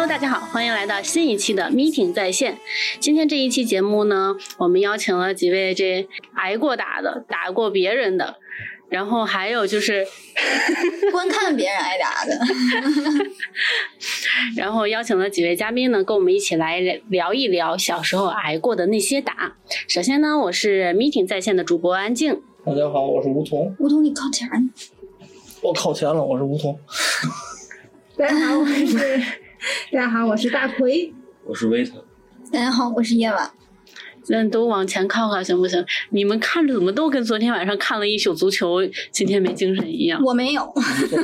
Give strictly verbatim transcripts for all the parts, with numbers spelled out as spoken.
大家好，欢迎来到新一期的 Meeting 在线。今天这一期节目呢，我们邀请了几位这挨过打的、打过别人的，然后还有就是观看别人挨打的然后邀请了几位嘉宾呢，跟我们一起来聊一聊小时候挨过的那些打。首先呢，我是 Meeting 在线的主播安静。 大家好，我是吴桐。 吴桐，你靠前。 我靠前了，我是吴桐。 大家好，我是大家好，我是大奎。 我是维塔。 大家好，我是叶婉。 咱都往前靠靠行不行？你们看着怎么都跟昨天晚上看了一宿足球，今天没精神一样。 我没有。哦，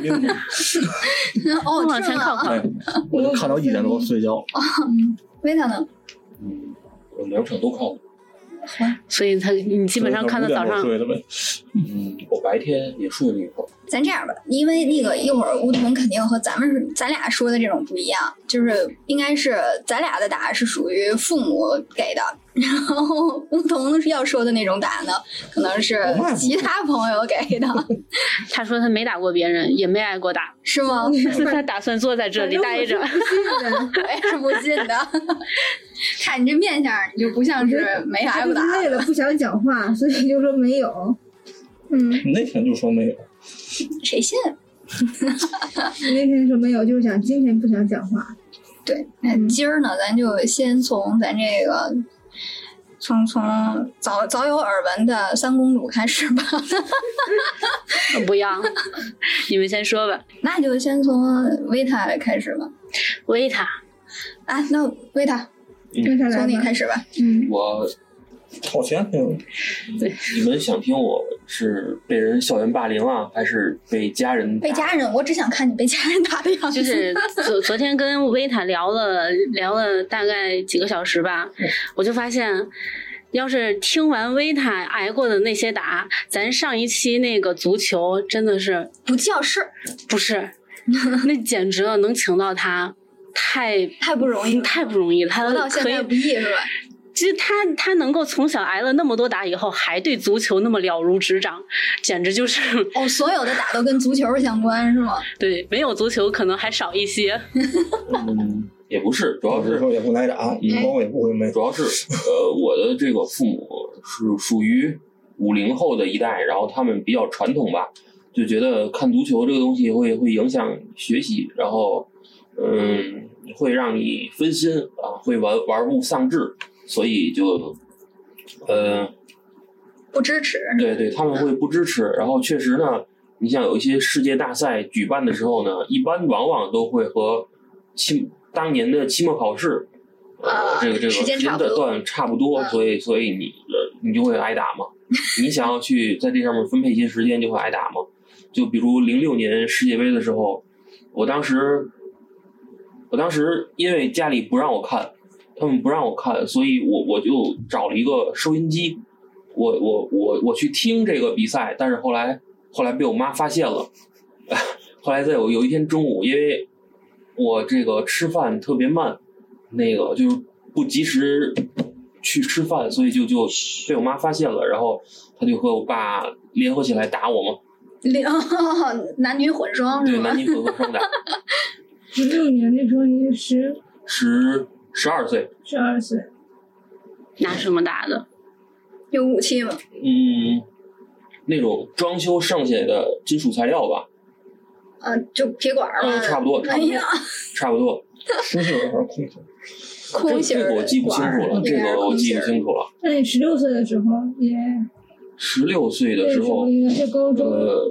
往前靠靠。 哎、我看到一点多睡觉。 维塔呢？ 嗯，我两场都看了。 所以他你基本上看到早上。 睡了呗。 嗯，我白天也睡了一会儿。 咱这样吧，因为那个一会儿吴桐肯定和咱们是咱俩说的这种不一样，就是应该是咱俩的打是属于父母给的，然后吴桐是要说的那种打呢，可能是其他朋友给的。 他说他没打过别人，也没挨过打， 是吗？ 他打算坐在这里待着。 我也是不信的。看你这面相，你就不像是没挨过打。 累了不想讲话，所以就说没有。 嗯， 那天就说没有。 谁信？ 那天说没有，就是想今天不想讲话。 对，那今儿呢，咱就先从咱这个，从从早早有耳闻的三公主开始吧。 不要，你们先说吧。 那就先从维塔开始吧。 维塔， 啊，那维塔， 嗯、 从你开始吧。嗯， 我靠前听。 对， 你们想听我是被人校园霸凌啊，还是被家人打？ 被家人，我只想看你被家人打的样子。 就是昨昨天跟维塔聊了聊了大概几个小时吧， 嗯、 我就发现。要是听完维塔挨过的那些打，咱上一期那个足球真的是不叫事， 不是，那简直了，能请到他，太太不容易， 太不容易了。他到现在不易是吧？ 其实他他能够从小挨了那么多打以后，还对足球那么了如指掌，简直就是哦，所有的打都跟足球相关是吗？ 对，没有足球可能还少一些。 嗯，也不是，主要是说也不挨打，以后也不会没。 主要是呃，我的这个父母是属于五零后的一代，然后他们比较传统吧，就觉得看足球这个东西会会影响学习，然后嗯，会让你分心啊，会玩玩物丧志。所以就，呃， 不支持。 对对，他们会不支持。然后确实呢，你像有一些世界大赛举办的时候呢，一般往往都会和期当年的期末考试，呃， 啊、 这个这个时间段差不多， 啊、 所以所以你呃你就会挨打嘛。你想要去在这上面分配一些时间，就会挨打嘛。就比如零六年世界杯的时候，我当时，我当时因为家里不让我看。他们不让我看，所以我我就找了一个收音机，我我我我去听这个比赛，但是后来后来被我妈发现了，后来在有有一天中午，因为我这个吃饭特别慢，那个就是不及时去吃饭，所以就就被我妈发现了，然后他就和我爸联合起来打我嘛， 男女混双是吧？对，男女混合双打。 十六年那时候你十十。十二岁， 十二岁， 拿什么打的？ 有武器吗？ 嗯，那种装修剩下的金属材料吧。 啊，就铁管儿、 啊，差不多，差不多，哎、差不多。 实心还是空心？ 空心。 这个我记不清楚了，这个我记不清楚了。 那你十六岁的时候也？ 十六岁的时候， 应该是高中。 呃，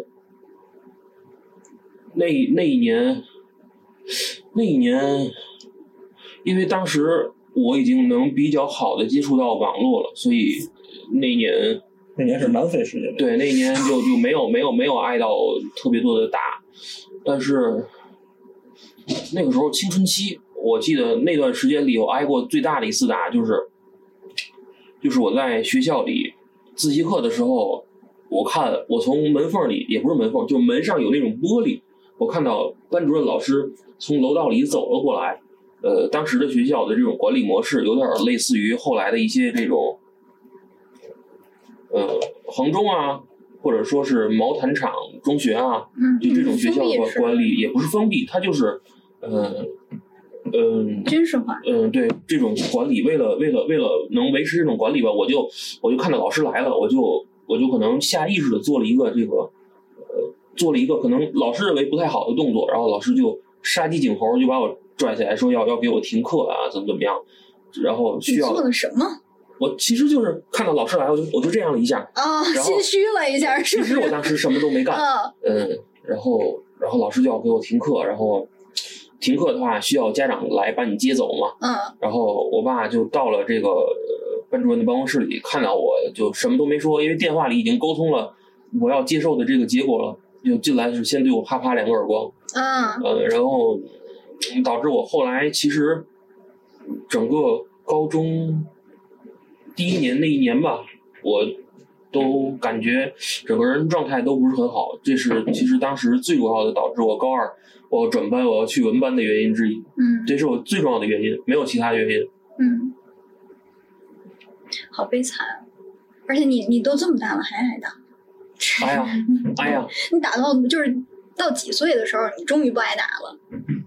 那那一年，那一年。因为当时我已经能比较好的接触到网络了，所以那一年那年是南非世界杯， 对，那一年就就没有没有没有挨到特别多的打，但是那个时候青春期，我记得那段时间里我挨过最大的一次打就是就是我在学校里自习课的时候，我看我从门缝里，也不是门缝，就门上有那种玻璃，我看到班主任老师从楼道里走了过来。呃，当时的学校的这种管理模式有点类似于后来的一些这种，呃，衡中啊，或者说是毛坦厂中学啊，就这种学校的管理也不是封闭，它就是，呃， 嗯， 军事化。 嗯，对，这种管理，为了为了为了能维持这种管理吧，我就我就看到老师来了，我就我就可能下意识的做了一个这个，呃，做了一个可能老师认为不太好的动作，然后老师就杀鸡儆猴，就把我拽起来说要要给我停课啊，怎么怎么样，然后需要你做了什么？ 我其实就是看到老师来，我就我就这样了一下啊、哦，心虚了一下，是不是？ 其实我当时什么都没干， 哦、 嗯，然后然后老师就要给我停课，然后停课的话需要家长来把你接走嘛， 嗯， 然后我爸就到了这个班主任的办公室里，看到我就什么都没说，因为电话里已经沟通了我要接受的这个结果了，就进来是先对我啪啪两个耳光， 嗯， 呃，然后导致我后来其实整个高中第一年那一年吧，我都感觉整个人状态都不是很好，这是其实当时最主要的导致我高二我要转班我要去文班的原因之一。 嗯， 这是我最重要的原因，没有其他原因。 嗯，好悲惨，而且你你都这么大了还挨打。 哎呀，哎呀， 你打到就是到几岁的时候，你终于不挨打了？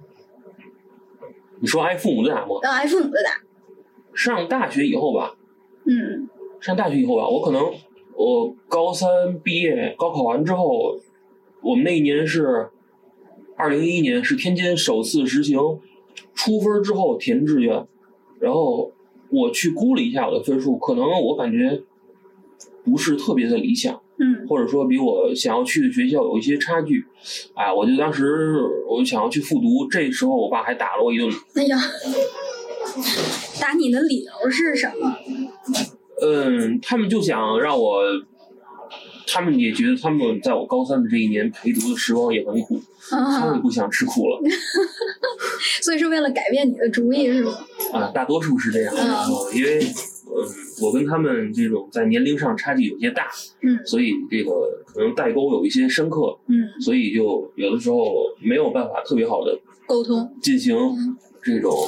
你说挨父母的打吗？ 要挨父母的打。 上大学以后吧。 嗯， 上大学以后吧，我可能我高三毕业，高考完之后，我们那一年是二零一一年，是天津首次实行出分之后填志愿，然后我去估了一下我的分数，可能我感觉不是特别的理想， 嗯， 或者说比我想要去的学校有一些差距，哎，我就当时我就想要去复读，这时候我爸还打了我一顿。 哎呀，打你的理由是什么？ 嗯，他们就想让我，他们也觉得他们在我高三的这一年陪读的时光也很苦， 啊、 他们不想吃苦了。 所以是为了改变你的主意是吗？ 啊，大多数是这样的， 啊、 因为嗯，我跟他们这种在年龄上差距有些大， 嗯， 所以这个可能代沟有一些深刻， 嗯， 所以就有的时候没有办法特别好的沟通进行这种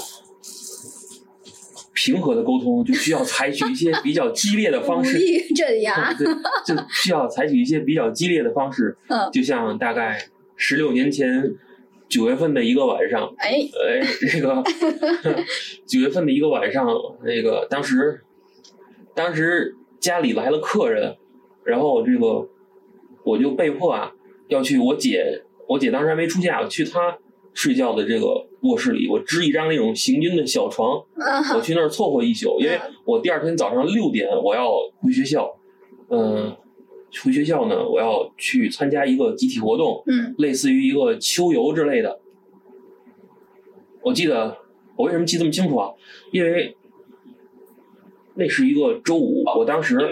平和的沟通，就需要采取一些比较激烈的方式。 武力镇压。 对，就需要采取一些比较激烈的方式。 嗯， 就像大概十六年前九月份的一个晚上， 哎， 哎，这个九月份的一个晚上，那个当时当时家里来了客人，然后这个我就被迫啊要去我姐，我姐当时还没出嫁，我去她睡觉的这个卧室里，我支一张那种行军的小床， 啊、 我去那儿凑合一宿，因为我第二天早上六点我要回学校，嗯，回学校呢，我要去参加一个集体活动， 嗯， 类似于一个秋游之类的。我记得我为什么记这么清楚啊？因为那是一个周五，我当时，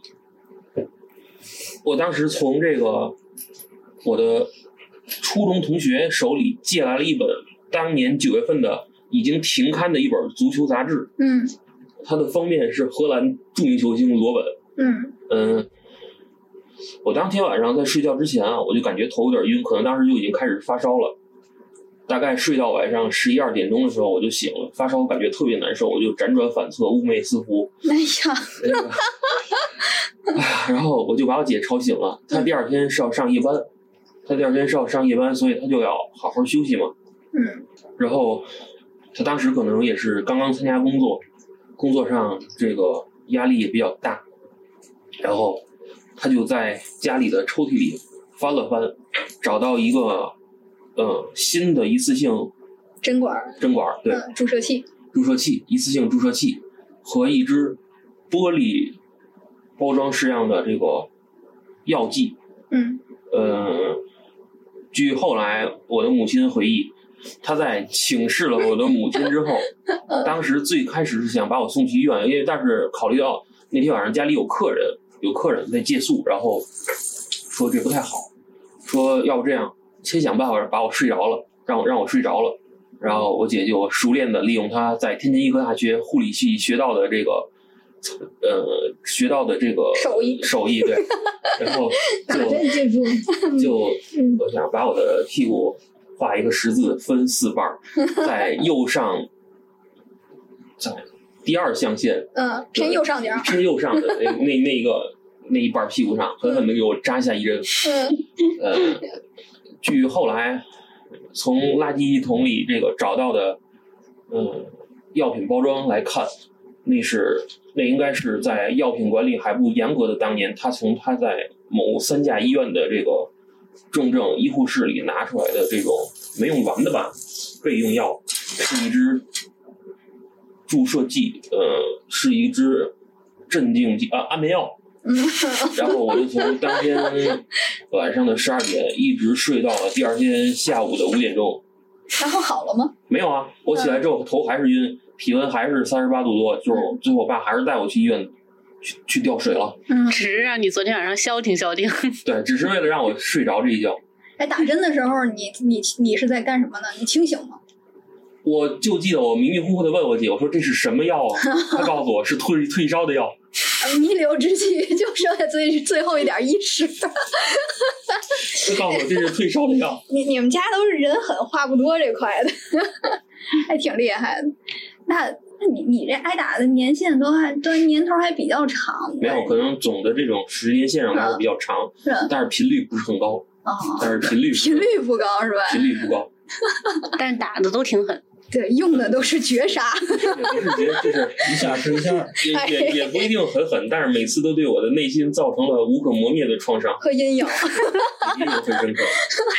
我当时从这个我的初中同学手里借来了一本当年九月份的已经停刊的一本足球杂志， 嗯， 它的封面是荷兰著名球星罗本， 嗯嗯，我当天晚上在睡觉之前啊，我就感觉头有点晕，可能当时就已经开始发烧了。大概睡到晚上十一二点钟的时候，我就醒了，发烧感觉特别难受，我就辗转反侧，寤寐思服。 哎呀， 那个，然后我就把我姐吵醒了，她第二天是要上夜班，她第二天是要上夜班，所以她就要好好休息嘛。 嗯。 然后她当时可能也是刚刚参加工作，工作上这个压力也比较大，然后她就在家里的抽屉里翻了翻，找到一个呃新的一次性针管， 针管，对， 嗯，注射器， 注射器，一次性注射器和一支玻璃包装式样的这个药剂。 嗯， 呃，据后来我的母亲回忆，她在请示了我的母亲之后，当时最开始是想把我送去医院，因为但是考虑到那天晚上家里有客人，有客人在借宿，然后说这不太好，说要不这样，先想办法把我睡着了，让我让我睡着了。然后我姐就熟练的利用她在天津医科大学护理系学到的这个，呃，学到的这个手艺手艺，对，然后打针技术， 就我想把我的屁股画一个十字，分四瓣，在右上，在第二象限， 嗯，偏右上角， 偏右上的那那那个那一半屁股上，狠狠的给我扎下一针。 嗯， 呃，据后来从垃圾桶里这个找到的嗯药品包装来看，那是那应该是在药品管理还不严格的当年，他从他在某三甲医院的这个重症医护室里拿出来的这种没用完的吧备用药，是一支注射剂，呃，是一支镇静剂啊安眠药。然后我就从当天晚上的十二点一直睡到了第二天下午的五点钟。 然后好了吗？ 没有啊，我起来之后头还是晕，体温还是三十八度多，就是最后我爸还是带我去医院去去吊水了。 嗯， 只是让你昨天晚上消停消停。 对，只是为了让我睡着这一觉。 哎，打针的时候你你你是在干什么呢？你清醒吗？ 我就记得我迷迷糊糊的问我姐，我说这是什么药啊？她告诉我是退退烧的药。 弥留之际就剩下最最后一点意识。 她告诉我这是退烧的药。 你你们家都是人狠话不多这块的，还挺厉害的。那那你你这挨打的年限都还都年头还比较长。 没有，可能总的这种时间线上来说比较长， 是， 但是频率不是很高。 哦， 但是频率频率不高是吧？ 频率不高， 但是打的都挺狠。 对，用的都是绝杀。 也不是绝，就是一下是一下， 也也也不一定很狠，但是每次都对我的内心造成了无可磨灭的创伤和阴影。 阴影很深刻。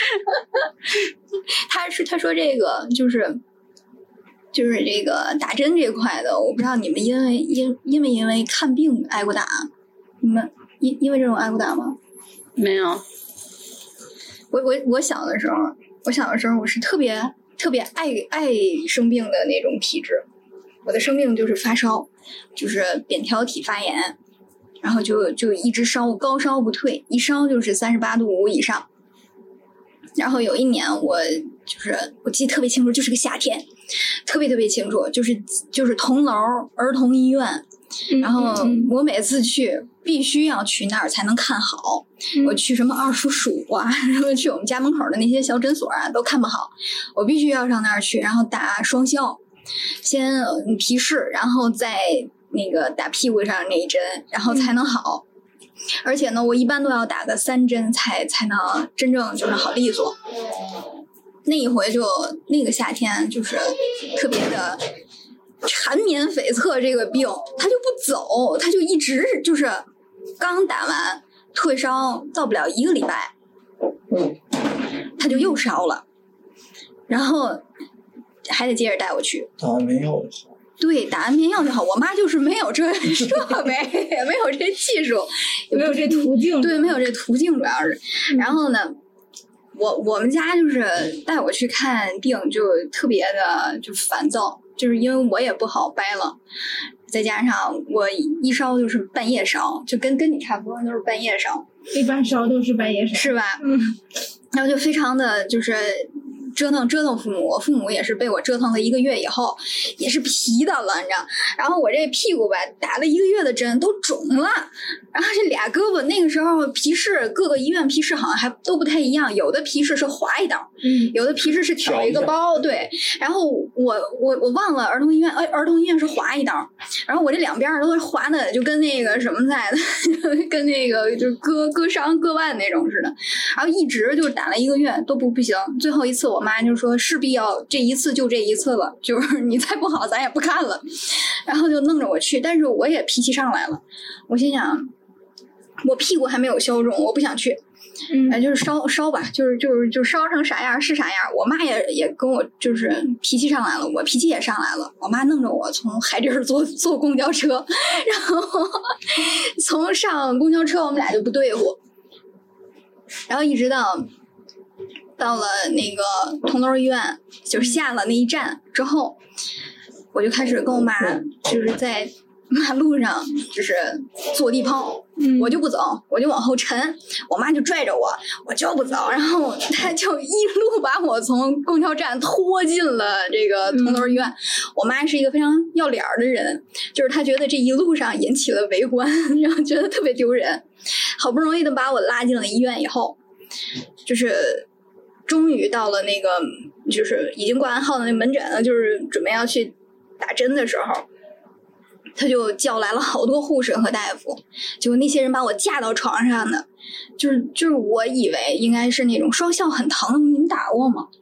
他是他说这个就是就是这个打针这块的，我不知道你们因为因因为因为看病挨过打，你们因因为这种挨过打吗？ 没有。 我我我小的时候，我小的时候我是特别特别爱爱生病的那种体质。我的生病就是发烧，就是扁桃体发炎，然后就就一直烧，高烧不退，一烧就是三十八度五以上。然后有一年我就是我记得特别清楚，就是个夏天，特别特别清楚，就是就是同楼儿童医院。然后我每次去必须要去那儿才能看好，嗯、我去什么二叔叔啊，然后去我们家门口的那些小诊所啊都看不好，我必须要上那儿去，然后打双消，先皮试，然后再那个打屁股上那一针，然后才能好。嗯、而且呢，我一般都要打个三针才才能真正就是好利索。那一回就那个夏天就是特别的。缠绵悱恻这个病，他就不走，他就一直就是刚打完退烧，到不了一个礼拜，他就又烧了，然后还得接着带我去打安眠药就好。 对，打安眠药就好。我妈就是没有这设备，也没有这技术， 也没有这途径。 对，没有这途径，主要是。然后呢？我我们家就是带我去看病，就特别的就烦躁，就是因为我也不好掰了，再加上我一烧就是半夜烧，就跟跟你差不多，都是半夜烧， 一般烧都是半夜烧， 是吧？ 嗯， 然后就非常的就是折腾折腾父母，我父母也是被我折腾了一个月以后，也是皮的了，你知道？然后我这屁股吧，打了一个月的针都肿了，然后这俩胳膊那个时候皮试各个医院皮试好像还都不太一样，有的皮试是划一刀，嗯，有的皮试是挑一个包，对。然后我我我忘了儿童医院，呃，儿童医院是划一刀，然后我这两边都是划的，就跟那个什么在的，跟那个就割割伤割腕那种似的，然后一直就打了一个月都不不行，最后一次我妈就说势必要这一次就这一次了，就是你再不好咱也不看了，然后就弄着我去，但是我也脾气上来了，我心想我屁股还没有消肿，我不想去，嗯，哎，就是烧烧吧，就是就是就烧成啥样是啥样。我妈也也跟我就是脾气上来了，我脾气也上来了。我妈弄着我从海底儿坐坐公交车，然后从上公交车我们俩就不对付，然后一直到到了那个同楼医院，就是下了那一站之后，我就开始跟我妈就是在马路上就是坐地炮，嗯，我就不走，我就往后沉，我妈就拽着我，我就不走，然后她就一路把我从公交站拖进了这个同楼医院。嗯、我妈是一个非常要脸的人，就是她觉得这一路上引起了围观，然后觉得特别丢人，好不容易的把我拉进了医院以后，就是终于到了那个就是已经挂完号的那门诊了，就是准备要去打针的时候。他就叫来了好多护士和大夫，结果那些人把我架到床上的，就是就是我以为应该是那种双效很疼，你们打过吗？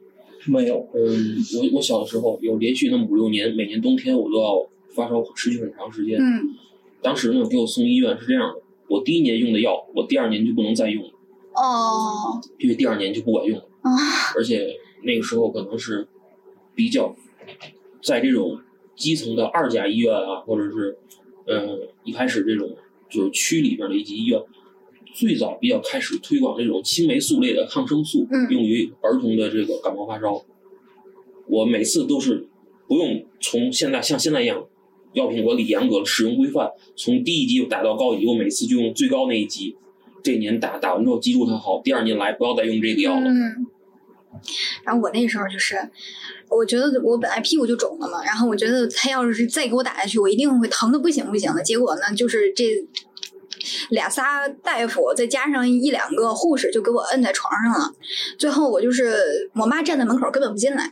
没有。 嗯，我我小的时候有连续那么五六年，每年冬天我都要发烧持续很长时间。 嗯， 当时呢给我送医院是这样的，我第一年用的药，我第二年就不能再用了。 哦， 因为第二年就不管用了。 啊， 而且那个时候可能是比较在这种基层的二甲医院啊，或者是嗯一开始这种就是区里边的一级医院，最早比较开始推广这种青霉素类的抗生素， 嗯用于儿童的这个感冒发烧。我每次都是不用从现在像现在一样药品管理严格了，使用规范，从低一级打到高一级，我每次就用最高那一级。这一年打打完之后记住它好，第二年来不要再用这个药了。 嗯。然后我那时候就是，我觉得我本来屁股就肿了嘛，然后我觉得他要是再给我打下去，我一定会疼的不行不行的。结果呢，就是这俩仨大夫再加上一两个护士就给我摁在床上了。最后我就是我妈站在门口根本不进来。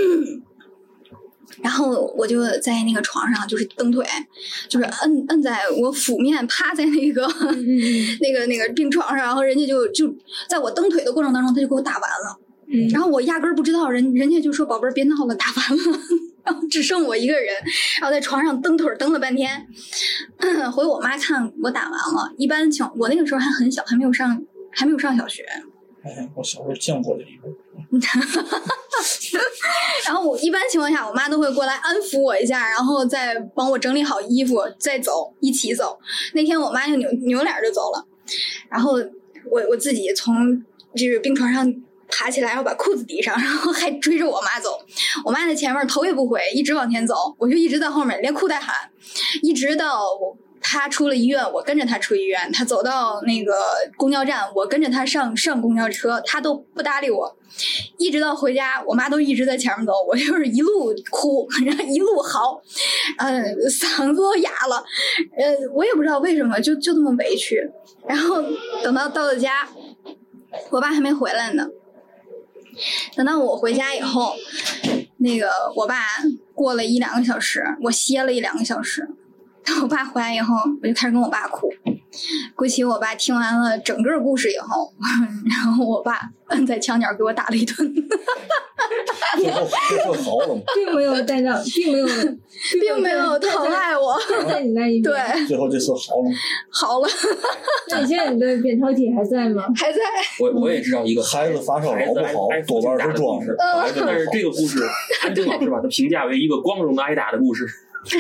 然后我就在那个床上，就是蹬腿，就是摁摁在我俯面趴在那个那个那个病床上，然后人家就就在我蹬腿的过程当中，他就给我打完了。 嗯， 然后我压根儿不知道人人家就说宝贝儿别闹了，打完了，然后只剩我一个人，然后在床上蹬腿蹬了半天，回我妈看我打完了。一般情我那个时候还很小，还没有上还没有上小学。 哎，我小时候见过这一个。 然后我一般情况下，我妈都会过来安抚我一下，然后再帮我整理好衣服，再走，一起走。那天我妈就扭扭脸就走了，然后我我自己从这个病床上爬起来，然后把裤子提上，然后还追着我妈走。我妈在前面头也不回，一直往前走，我就一直在后面连哭带喊，一直到我。他出了医院，我跟着他出医院。他走到那个公交站，我跟着他上上公交车，他都不搭理我。一直到回家，我妈都一直在前面走，我就是一路哭，然后一路嚎，呃，嗓子都哑了。呃，我也不知道为什么，就就这么委屈。然后等到到了家，我爸还没回来呢。等到我回家以后，那个我爸过了一两个小时，我歇了一两个小时。我爸回来以后，我就开始跟我爸哭。估计我爸听完了整个故事以后，然后我爸摁在墙角给我打了一顿。 最后最后好了吗？ 并没有带到，并没有， 并没有疼爱我， 在你那一边。 对， 最后这次好了吗？ 好了。 那你现在你的扁桃体还在吗？ 还在。 我我也知道一个孩子发烧好不好，多半是装饰。 但是这个故事，安正老师把它评价为一个光荣的挨打的故事。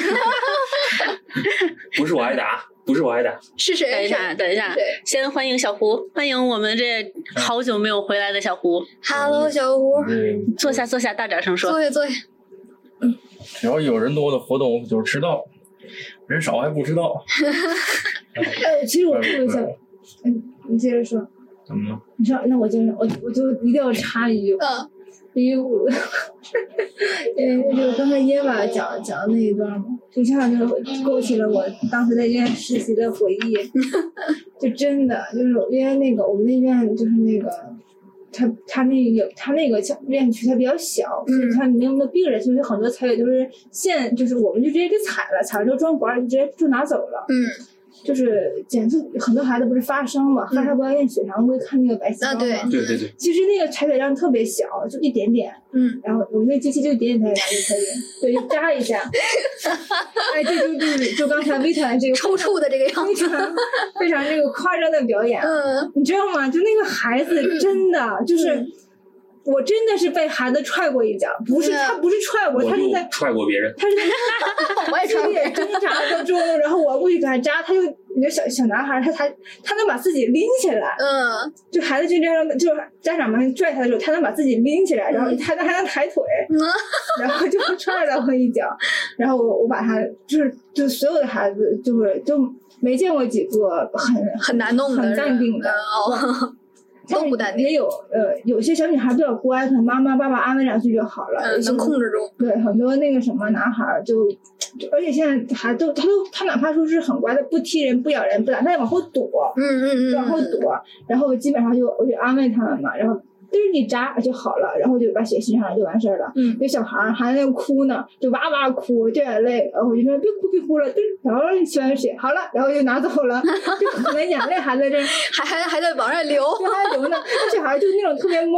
不是我挨打，不是我挨打， 是谁？ 等一下，等一下，先欢迎小胡，欢迎我们这好久没有回来的小胡。 Hello， 小胡， 嗯， 坐下，坐下，大点声说。 坐下，坐下。 嗯，只要有人多的活动就是迟到，人少还不迟到。 呃，其实我特别想，嗯，你接着说。 怎么了？ 你说，那我接着，我我就一定要插一句。 嗯。 因为我，呃，就刚才耶娃讲讲的那一段嘛，就像就是勾起了我当时在医院实习的回忆，就真的就是因为那个我们那院就是那个，他他那个他那个院区它比较小，所以他没有那么多病人，所以很多采血都是现就是我们就直接给采了，采了之后装管就直接就拿走了。 嗯。 就是检测很多孩子不是发烧嘛，发烧不要验血常会看那个白细胞嘛、 啊、 对对对。 其实那个采血量特别小，就一点点。 嗯。 然后我们那机器就一点点采血量就可以，对，就扎一下。哎，这就就是就刚才微团这个抽搐的这个样子， 非常这个夸张的表演。 嗯。 你知道吗？就那个孩子真的、嗯、就是。嗯我真的是被孩子踹过一脚，不是他不是踹我，他是在踹过别人， 他是在我也踹过挣扎当中，然后我过去给他扎，他就你说小小男孩，他才他能把自己拎起来， 嗯， 就孩子就这样，就是家长们拽他的时候，他能把自己拎起来，然后他还能抬腿，嗯，然后就踹了我一脚，然后我我把他就是就所有的孩子就是就没见过几个很很难弄的很淡定的。 哦都不淡定， 也有呃，有些小女孩比较乖，可能妈妈爸爸安慰两句就好了， 嗯，能控制住。 对，很多那个什么男孩就，就而且现在还都他都他哪怕说是很乖的，不踢人不咬人不打，他也往后躲， 嗯嗯嗯， 就往后躲，然后基本上就我就安慰他们嘛，然后嘚儿一扎就好了，然后就把血吸上来就完事儿了。 嗯， 有小孩还在那哭呢，就哇哇哭掉眼泪，然后我就说别哭别哭了，嘚，然后吸完血好了，然后就拿走了，就可能眼泪还在这， 还还还在往上流， 就还流呢。那小孩就那种特别懵，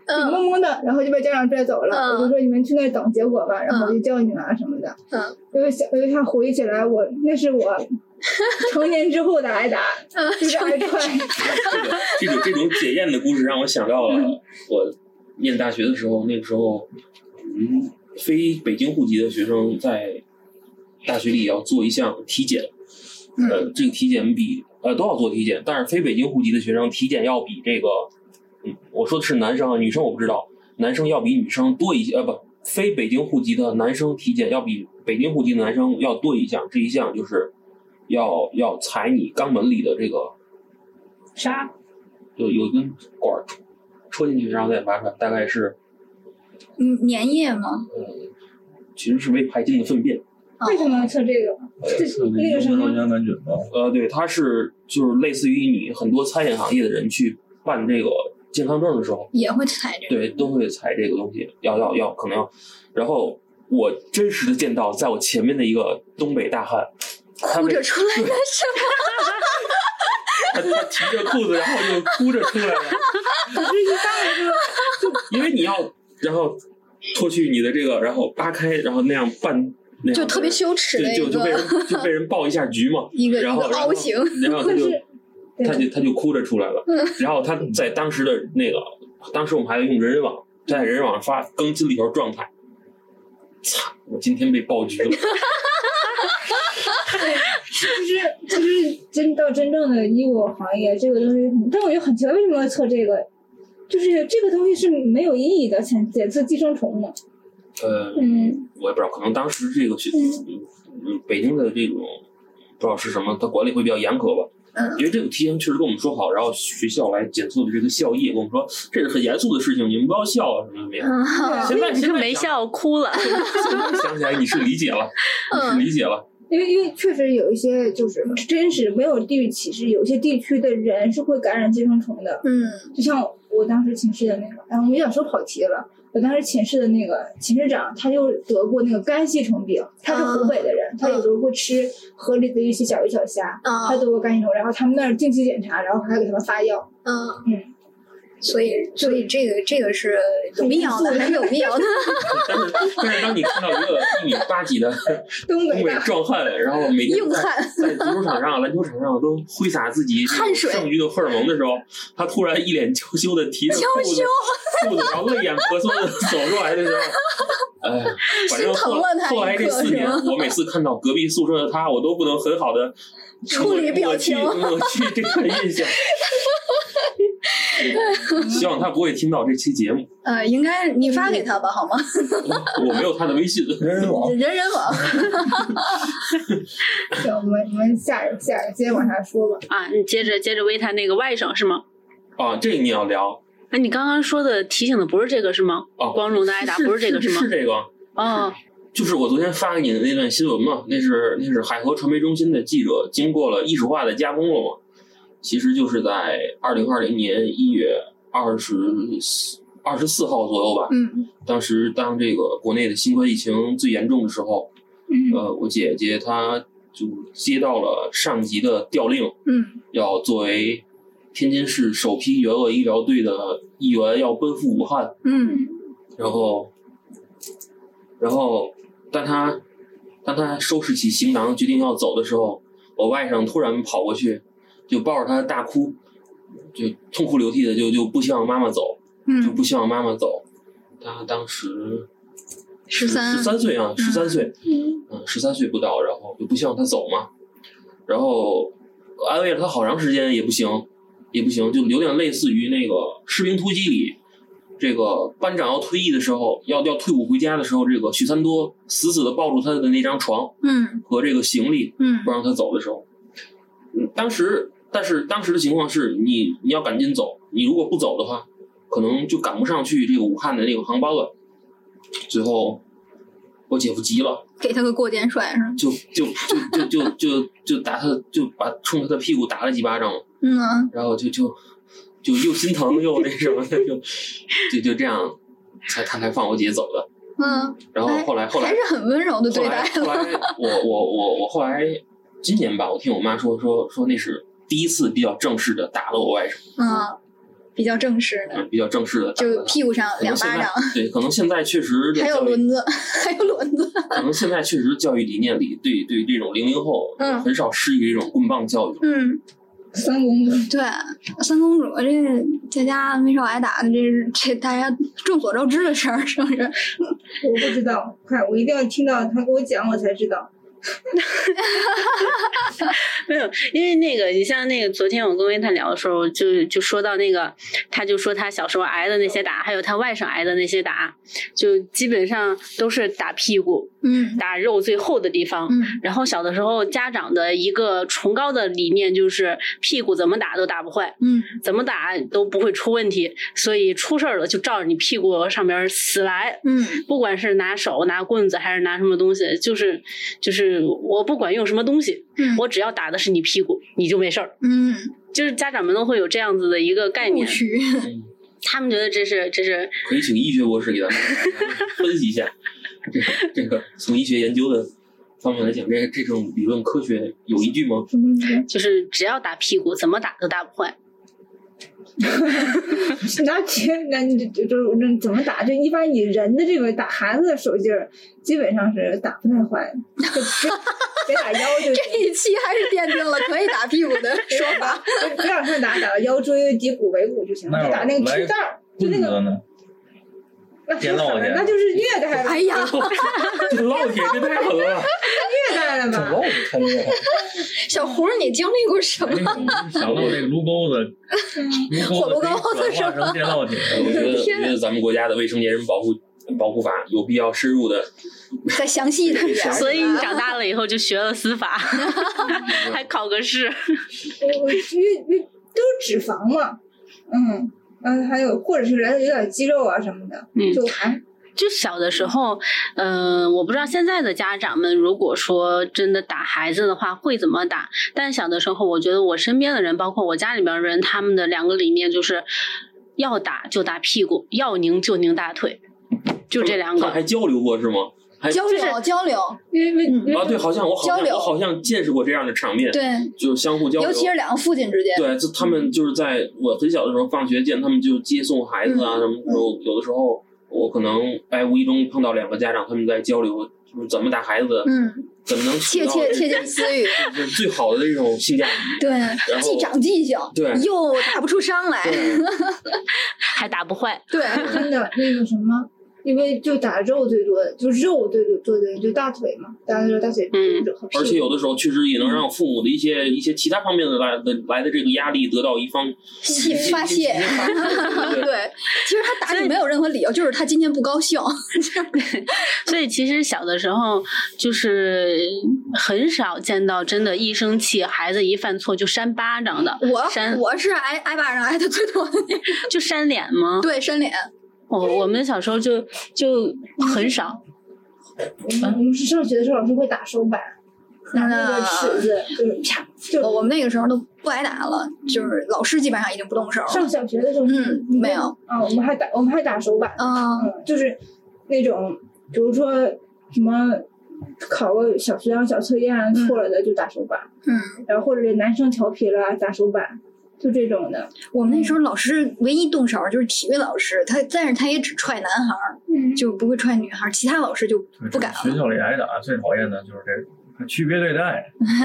就懵懵的，然后就被家长拽走了。 嗯、 我就说你们去那儿等结果吧，然后我就教训啊什么的。 嗯， 我就想，我就想回忆起来，我那是我成年之后的挨打， 嗯、 就是挨踹。 这个这种这种检验的故事让我想到了我念大学的时候，那个时候，嗯，非北京户籍的学生在大学里要做一项体检。呃，这个体检比呃都要做体检，但是非北京户籍的学生体检要比这个，嗯，我说的是男生啊，女生我不知道，男生要比女生多一些，呃不，非北京户籍的男生体检要比北京户籍的男生要多一项，这一项就是要要采你肛门里的这个啥？ 就有一根管戳进去，然后再拔出来，大概是嗯粘液吗？ 呃，其实是为排进的粪便。 为什么要测这个？这那个什么？ 呃，对，它是就是类似于你很多餐饮行业的人去办这个健康证的时候， 也会采这个， 对，都会采这个东西，要要要，可能要。然后我真实的见到，在我前面的一个东北大汉， 哭着出来的是吗？ 他他提着裤子，然后就哭着出来了。 可是，一上来就因为你要，然后脱去你的这个，然后扒开，然后那样拌。 就特别羞耻的一个， 就就被人就被人抱一下局嘛， 一个然后一个凹形， 然后他就他就他就哭着出来了，然后他在当时的那个，当时我们还要用人人网，在人人网上发更新了一条状态，操，我今天被爆局了。 其实其实真到真正的医务行业，这个东西，但我就很奇怪，为什么要测这个？就是这个东西是没有意义的，检检测寄生虫的。 呃， 嗯， 我也不知道，可能当时这个学，嗯，北京的这种不知道是什么，它管理会比较严格吧。 嗯， 因为这个提前确实跟我们说好，然后学校来检测的这个效益，跟我们说这是很严肃的事情，你们不要笑啊什么什么呀。现在你是没笑哭了。 现在想起来你是理解了，你是理解了。 因为因为确实有一些就是真是没有地域歧视，有些地区的人是会感染寄生虫的。 嗯， 就像我当时寝室的那个，哎，我们有点说跑题了。我当时寝室的那个寝室长，他就得过那个肝系虫病，他是湖北的人，嗯、他有时候会吃河里的一些小鱼小虾，嗯、他得过肝系虫，然后他们那儿定期检查，然后还给他们发药。 嗯嗯， 所以所以这个这个是有必要的，还是有必要的。 但是但是当你看到一个一米八几的东北壮汉，然后每天在在足球场上、篮球场上都挥洒自己剩余的荷尔蒙的时候，他突然一脸娇羞的提着裤子，裤子然后泪眼婆娑的走出来的时候，哎，反正后后来这四年，我每次看到隔壁宿舍的他，我都不能很好的处理表情， 抹去这个印象。希望他不会听到这期节目。 呃，应该你发给他吧，好吗？ 我没有他的微信。 人人网， 人人网。 行，我们我们下下接着往下说吧。 啊，你接着接着为他那个外甥是吗？ 啊，这个你要聊。 那、啊、你刚刚说的提醒的不是这个是吗？ 哦， 光荣的挨打不是这个是吗？ 是这个。 哦。 就是我昨天发给你的那段新闻嘛，那是那是海河传媒中心的记者经过了艺术化的加工了嘛。其实就是在二零二零年一月二十二十四号左右吧。 嗯。 当时当这个国内的新冠疫情最严重的时候， 嗯， 呃，我姐姐她就接到了上级的调令， 嗯， 要作为天津市首批援鄂医疗队的一员要奔赴武汉。 嗯。 然后，然后，当她当她收拾起行囊决定要走的时候，我外甥突然跑过去。就抱着他大哭，就痛哭流涕的，就就不希望妈妈走， 嗯， 就不希望妈妈走。他当时十三十三岁啊，十三岁，嗯，十三岁不到，然后就不希望他走嘛。然后安慰了他好长时间也不行，也不行，就有点类似于那个《士兵突击》里，这个班长要退役的时候，要要退伍回家的时候，这个许三多死死的抱住他的那张床， 嗯， 和这个行李， 嗯， 不让他走的时候，嗯，当时。但是当时的情况是你你要赶紧走，你如果不走的话，可能就赶不上去这个武汉的那个航班了。最后，我姐夫急了， 给他个过肩摔是吧？ 就就就就就就就打他，就把冲他的屁股打了几巴掌。 嗯， 然后就就就又心疼又那什么的，就就就这样才他才放我姐走的。 嗯， 然后后来后来还是很温柔的对待。 后来后来我我我我后来今年吧，我听我妈说说说那是。第一次比较正式的打了我外甥， 嗯， 比较正式的， 嗯、比较正式的， 就屁股上两巴掌。 对，可能现在确实还有轮子，还有轮子。 可能现在确实教育理念里对对这种零零后， 嗯， 很少施予这种棍棒教育。 嗯。 三公主， 对，三公主这在家没少挨打的，这是这大家众所周知的事儿，是不是？ 我不知道，看我一定要听到他给我讲，我才知道。 没有，因为那个，你像那个，昨天我跟维探聊的时候，就就说到那个，他就说他小时候挨的那些打，还有他外甥挨的那些打，就基本上都是打屁股， 嗯， 打肉最厚的地方。 嗯， 然后小的时候，家长的一个崇高的理念就是屁股怎么打都打不坏， 嗯， 怎么打都不会出问题，所以出事了就照着你屁股上边死来， 嗯， 不管是拿手、拿棍子还是拿什么东西，就是就是。我不管用什么东西， 嗯， 我只要打的是你屁股，你就没事儿。 嗯， 就是家长们都会有这样子的一个概念， 嗯、 他们觉得这是这是可以请医学博士给咱们分析一下，这个这个从医学研究的方面来讲，这这种理论科学有依据吗？ 就是只要打屁股，怎么打都打不坏。 那那你就就那怎么打？就一般以人的这个打孩子的手劲儿，基本上是打不太坏，就别打腰就。 这一期还是奠定了可以打屁股的说法， 不要说打打到腰椎、骶骨、尾骨就行了，就打那个区带儿，就那个。那挺狠的，那就是虐待了。 哎呀， 这烙铁这太狠了， 虐待了吧？ 这烙铁太厉害。 小胡，你经历过什么？ 想到这个炉钩子， 火炉钩子转化成电烙铁。 我觉得，我觉得咱们国家的未成年人保护保护法有必要深入的再详细的讲。 所以你长大了以后就学了司法，还考个试。 我因为都是脂肪嘛，嗯。嗯，还有或者是来的有点肌肉啊什么的， 嗯， 就还就小的时候，嗯、呃，我不知道现在的家长们如果说真的打孩子的话会怎么打，但小的时候，我觉得我身边的人，包括我家里边的人，他们的两个理念就是要打就打屁股，要拧就拧大腿，就这两个。 还交流过是吗？ 交流交流， 因为啊，对，好像我好像我好像见识过这样的场面， 对， 就是相互交流， 尤其是两个父亲之间， 对，他们就是在我很小的时候放学见他们就接送孩子啊，什么时候有的时候我可能哎无意中碰到两个家长他们在交流，就是怎么打孩子， 嗯， 怎么能窃窃窃窃私语， 就是最好的这种性价比， 对，既长记性， 对， 又打不出伤来， 还打不坏， 对， 真的那个什么。因为就打肉最多的，就肉最多最多就大腿嘛，大家都说大腿， 嗯， 而且有的时候确实也能让父母的一些一些其他方面的来的来的这个压力得到一方发泄，对，其实他打你没有任何理由，就是他今天不高兴， 所以其实小的时候就是很少见到真的一生气，孩子一犯错就扇巴掌的， 我扇我是挨挨巴掌挨的最多的， 就扇脸吗？ 对，扇脸。 我我们小时候就就很少。 我们我们是上学的时候老师会打手板，拿那个尺子就是啪，就我们那个时候都不挨打了，就是老师基本上已经不动手。 上小学的时候， 嗯，没有啊，我们还打我们还打手板， 嗯， 嗯，就是那种比如说什么考个小学生小测验错了的就打手板， 嗯， 然后或者是男生调皮了打手板。就这种的， 我们那时候老师唯一动手就是体育老师，他但是他也只踹男孩儿，嗯，就不会踹女孩儿，其他老师就不敢了。 学校里挨打最讨厌的就是这种区别对待。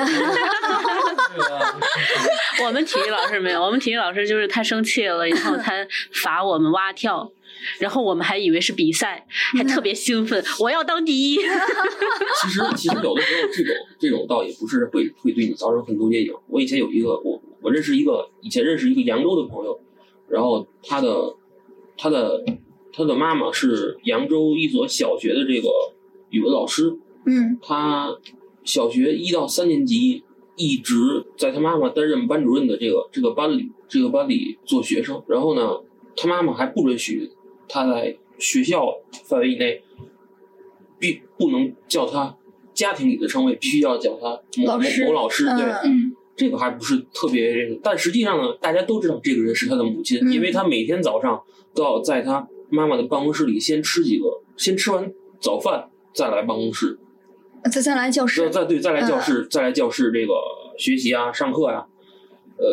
我们体育老师没有，我们体育老师就是他生气了，然后他罚我们蛙跳。然后我们还以为是比赛，还特别兴奋，我要当第一。 其实，其实有的时候这种这种倒也不是会会对你造成很多阴影。我以前有一个我我认识一个以前认识一个扬州的朋友，然后他的他的他的妈妈是扬州一所小学的这个语文老师， 嗯， 他小学一到三年级一直在他妈妈担任班主任的这个这个班里这个班里做学生，然后呢，他妈妈还不允许他在学校范围以内必不能叫他家庭里的称谓，必须要叫他某老师某老师。对， 嗯， 这个还不是特别，但实际上呢，大家都知道这个人是他的母亲， 嗯， 因为他每天早上都要在他妈妈的办公室里先吃几个，先吃完早饭再来办公室， 再再来教室， 再对再来教室， 嗯， 再来教室这个学习啊、上课呀，啊，呃。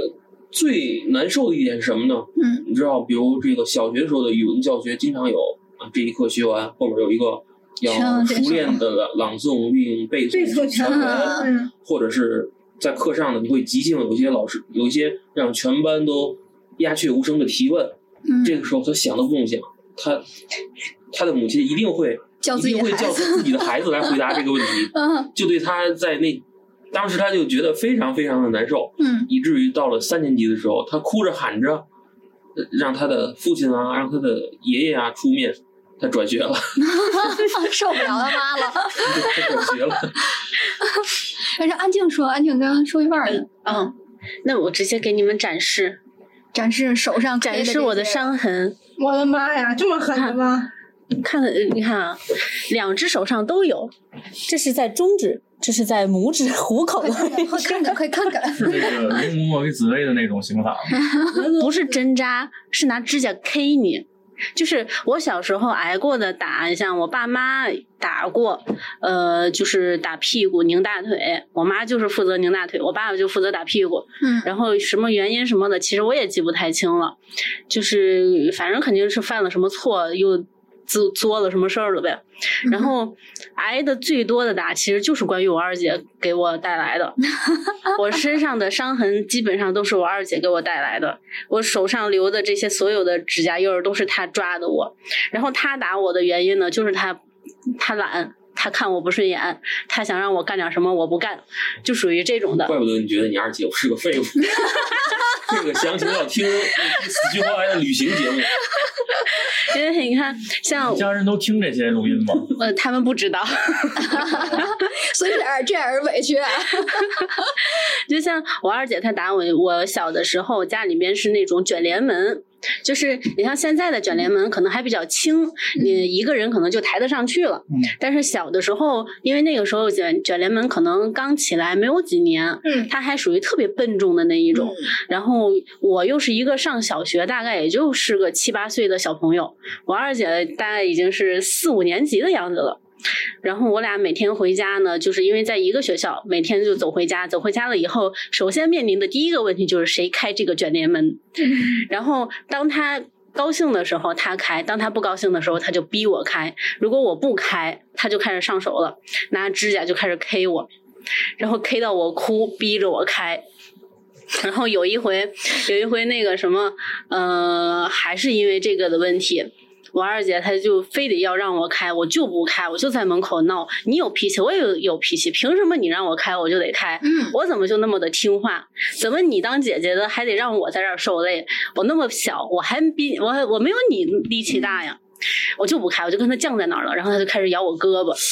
最难受的一点是什么呢？ 嗯， 你知道，比如这个小学时候的语文教学，经常有啊，这一课学完，后面有一个要熟练的朗诵并背诵全文， 嗯， 或者是在课上呢，你会即兴有些老师有一些让全班都鸦雀无声的提问， 嗯， 这个时候他想都不用想，他他的母亲一定会叫自己一定会叫自己的孩子来回答这个问题， 嗯， 就对他在那。当时他就觉得非常非常的难受， 嗯， 以至于到了三年级的时候，他哭着喊着，让他的父亲啊，让他的爷爷啊出面，他转学了， 受不了他妈了， 他转学了。 但是安静说，安静刚刚说一半呢， 嗯，那我直接给你们展示， 展示手上展示我的伤痕。 我的妈呀，这么狠的吗？ 看，你看啊，两只手上都有，这是在中指。这是在拇指虎口的位置， 快看看，快看看， 是那个容嬷嬷与紫薇的那种刑法吗？ 不是针扎，是拿指甲 K 你。就是我小时候挨过的打，像我爸妈打过，呃，就是打屁股、拧大腿。我妈就是负责拧大腿，我爸爸就负责打屁股。 嗯， 然后什么原因什么的，其实我也记不太清了。就是反正肯定是犯了什么错，又作作了什么事儿了呗。然后挨的最多的打其实就是关于我二姐给我带来的，我身上的伤痕基本上都是我二姐给我带来的，我手上留的这些所有的指甲印儿都是她抓的我。然后她打我的原因呢，就是她她懒，她看我不顺眼，她想让我干点什么我不干，就属于这种的。 怪不得你觉得你二姐是个废物。这个详情要听死去活来的旅行节目。 因为你看，像家人都听这些录音吗？ 呃，他们不知道， 所以这样这样委屈啊。 就像我二姐她打我，我小的时候家里边是那种卷帘门。就是你像现在的卷帘门可能还比较轻，你一个人可能就抬得上去了。 嗯， 但是小的时候，因为那个时候卷卷帘门可能刚起来没有几年， 嗯， 它还属于特别笨重的那一种。 嗯， 然后我又是一个上小学，大概也就是个七八岁的小朋友，我二姐大概已经是四五年级的样子了。然后我俩每天回家呢，就是因为在一个学校，每天就走回家。走回家了以后，首先面临的第一个问题就是谁开这个卷帘门。然后当他高兴的时候他开，当他不高兴的时候他就逼我开。如果我不开，他就开始上手了，拿指甲就开始 K 我，然后 K 到我哭，逼着我开。然后有一回，有一回那个什么，呃，还是因为这个的问题。我二姐她就非得要让我开，我就不开，我就在门口闹。你有脾气，我也有有脾气，凭什么你让我开我就得开？ 嗯， 我怎么就那么的听话？怎么你当姐姐的还得让我在这儿受累？我那么小，我还比我我没有你力气大呀。我就不开，我就跟他犟在那儿了，然后他就开始咬我胳膊。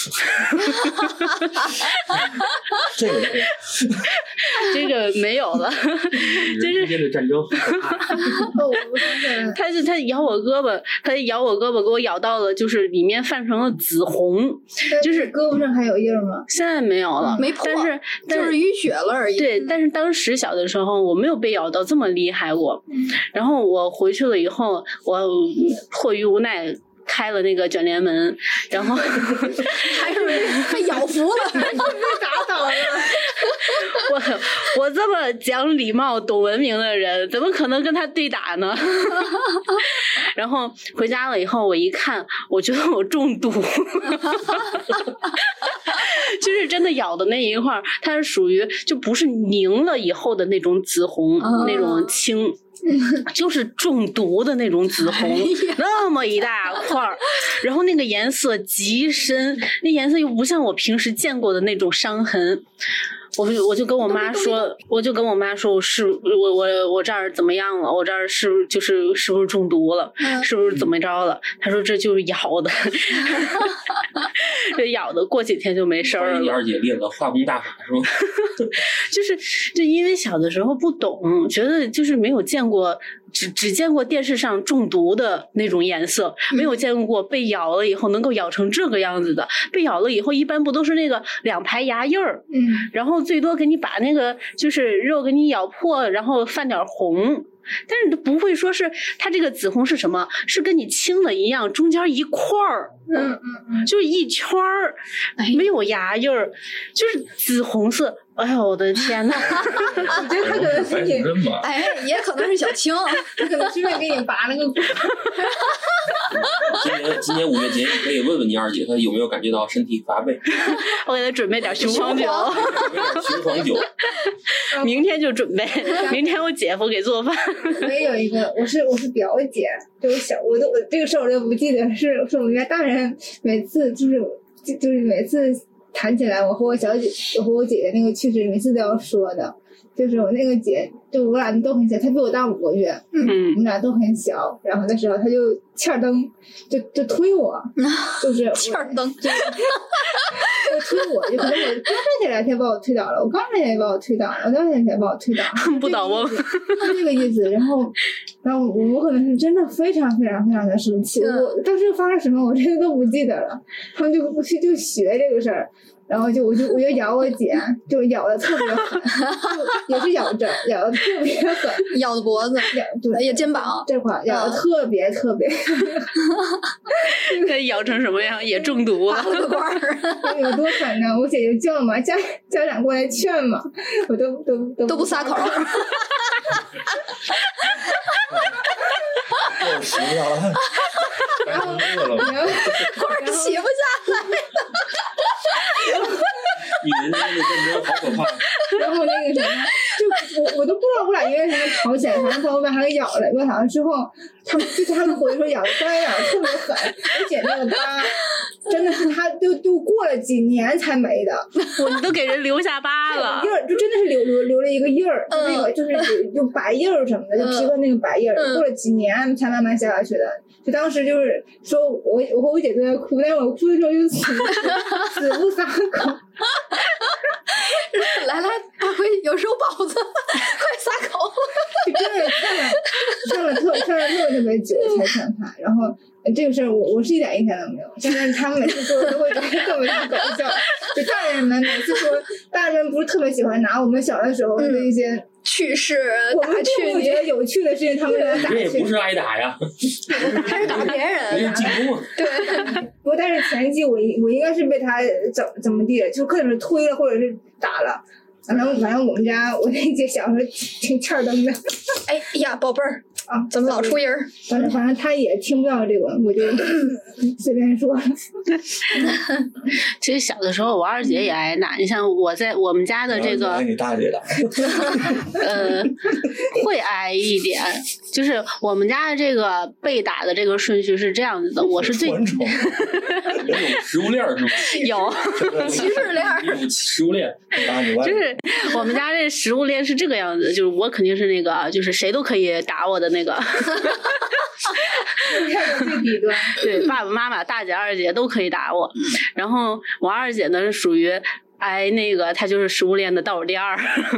这个这个没有了，就是之间的战争。 他就他咬我胳膊，他咬我胳膊，给我咬到了，就是里面泛成了紫红，就是胳膊上还有印吗？ 现在没有了， 没破， 但是但就是淤血了而已。 对，但是当时小的时候我没有被咬到这么厉害过。 嗯， 然后我回去了以后，我迫于无奈开了那个卷帘门，然后还是还咬服了， 被打倒了。 我我这么讲礼貌、懂文明的人，怎么可能跟他对打呢？然后回家了以后，我一看，我觉得我中毒，就是真的咬的那一块儿，它是属于就不是凝了以后的那种紫红， 哦， 那种青。就是中毒的那种紫红，哎，那么一大块儿，然后那个颜色极深，那颜色又不像我平时见过的那种伤痕。我就我就跟我妈说，我就跟我妈说，我是我我我这儿怎么样了？我这儿是就是是不是中毒了？ 嗯，是不是怎么着了？她说这就是咬的，这咬的过几天就没事儿了。 你二姐练了化工大法是吧？ 就是就因为小的时候不懂，觉得就是没有见过。只只见过电视上中毒的那种颜色，没有见过被咬了以后能够咬成这个样子的。被咬了以后，一般不都是那个两排牙印儿， 嗯， 然后最多给你把那个就是肉给你咬破，然后泛点红， 但是不会说是它这个紫红是什么，是跟你青的一样，中间一块儿， 嗯嗯嗯， 就是一圈儿，没有牙印儿，就是紫红色。哎呦我的天呐！ 我觉得他可能是你， 哎，也可能是小青， 他可能顺便给你拔了个骨。 今年今年五月节，你可以问问你二姐，她有没有感觉到身体乏味？ 我给她准备点雄黄酒， 准备点雄黄酒， 明天就准备。明天我姐夫给做饭。 我也有一个，我是我是表姐，就是小，我都我这个事儿我都不记得，是是我们家大人每次就是就就是每次谈起来，我和我小姐，我和我姐姐那个趣事，每次都要说的。就是我那个姐，就我俩都很小，她比我大五个月， 嗯， 我们俩都很小。然后那时候她就欠儿蹬，就就推我，就是欠儿蹬， 就推我，就可能我刚站起来，她把我推倒了；我刚站起来把我推倒了；我刚站起来把我推倒了， 不倒翁， 就这个意思。然后，然后我我可能是真的非常非常非常的生气， 嗯、 我当时发生什么我真的都不记得了。他们就就就学这个事儿。然后就我就我就咬我姐，就咬的特别狠，也是咬着咬的特别狠， 咬的脖子， 咬对， 也肩膀这块咬的特别特别， 给咬成什么样？也中毒了， 个罐儿， 有多狠呢？我姐就叫嘛，家家长过来劝嘛，我都都都都不撒口。 又洗不下来， 然后饿了， 然后罐儿洗不下来。 女人间的战争好可怕。 然后那个什么，就我我都不知道我俩因为什么吵起来，反正把我把他给咬了，咬了之后，他们就他们回说咬的刚咬的特别狠，而且那个疤真的是他就就过了几年才没的， 我你都给人留下疤了， 印儿就真的是留留留了一个印儿，就那个就是有有白印儿什么的，就皮肤那个白印儿，过了几年才慢慢消下去的。就当时就是说我我和我姐都在哭，但是我哭的时候就死死不撒口。 来来，大辉有手包子，快撒口！ 就真的上了上了特上了特别特别久才劝他，然后这个事儿我我是一点印象都没有，但是他们每次说都会觉得特别的搞笑。就大人们每次说，大人们不是特别喜欢拿我们小的时候的一些趣事我们并不觉得有趣的事情，他们来打这也不是挨打呀， 还是打别人， 这是进攻啊。 对。 不过但是前期我我应该是被他怎怎么地，就可能是推了或者是打了。反正反正我们家我那姐小时候挺欠儿蹬的。 哎呀，宝贝儿啊， 怎么老出音儿？ 反正反正他也听不到这个，我就随便说。 其实小的时候我二姐也挨打，你像我在我们家的这个， 挨你大姐打， 呃，会挨一点。就是我们家的这个被打的这个顺序是这样子的，我是最传承， 有食物链是吗？ 有歧视链儿， 有食物链， 打你外就是我们家这食物链是这个样子，就是我肯定是那个，就是谁都可以打我的那个。 最底端， 对，爸爸妈妈、大姐、二姐都可以打我，然后我二姐呢是属于挨那个，她就是食物链的倒数第二。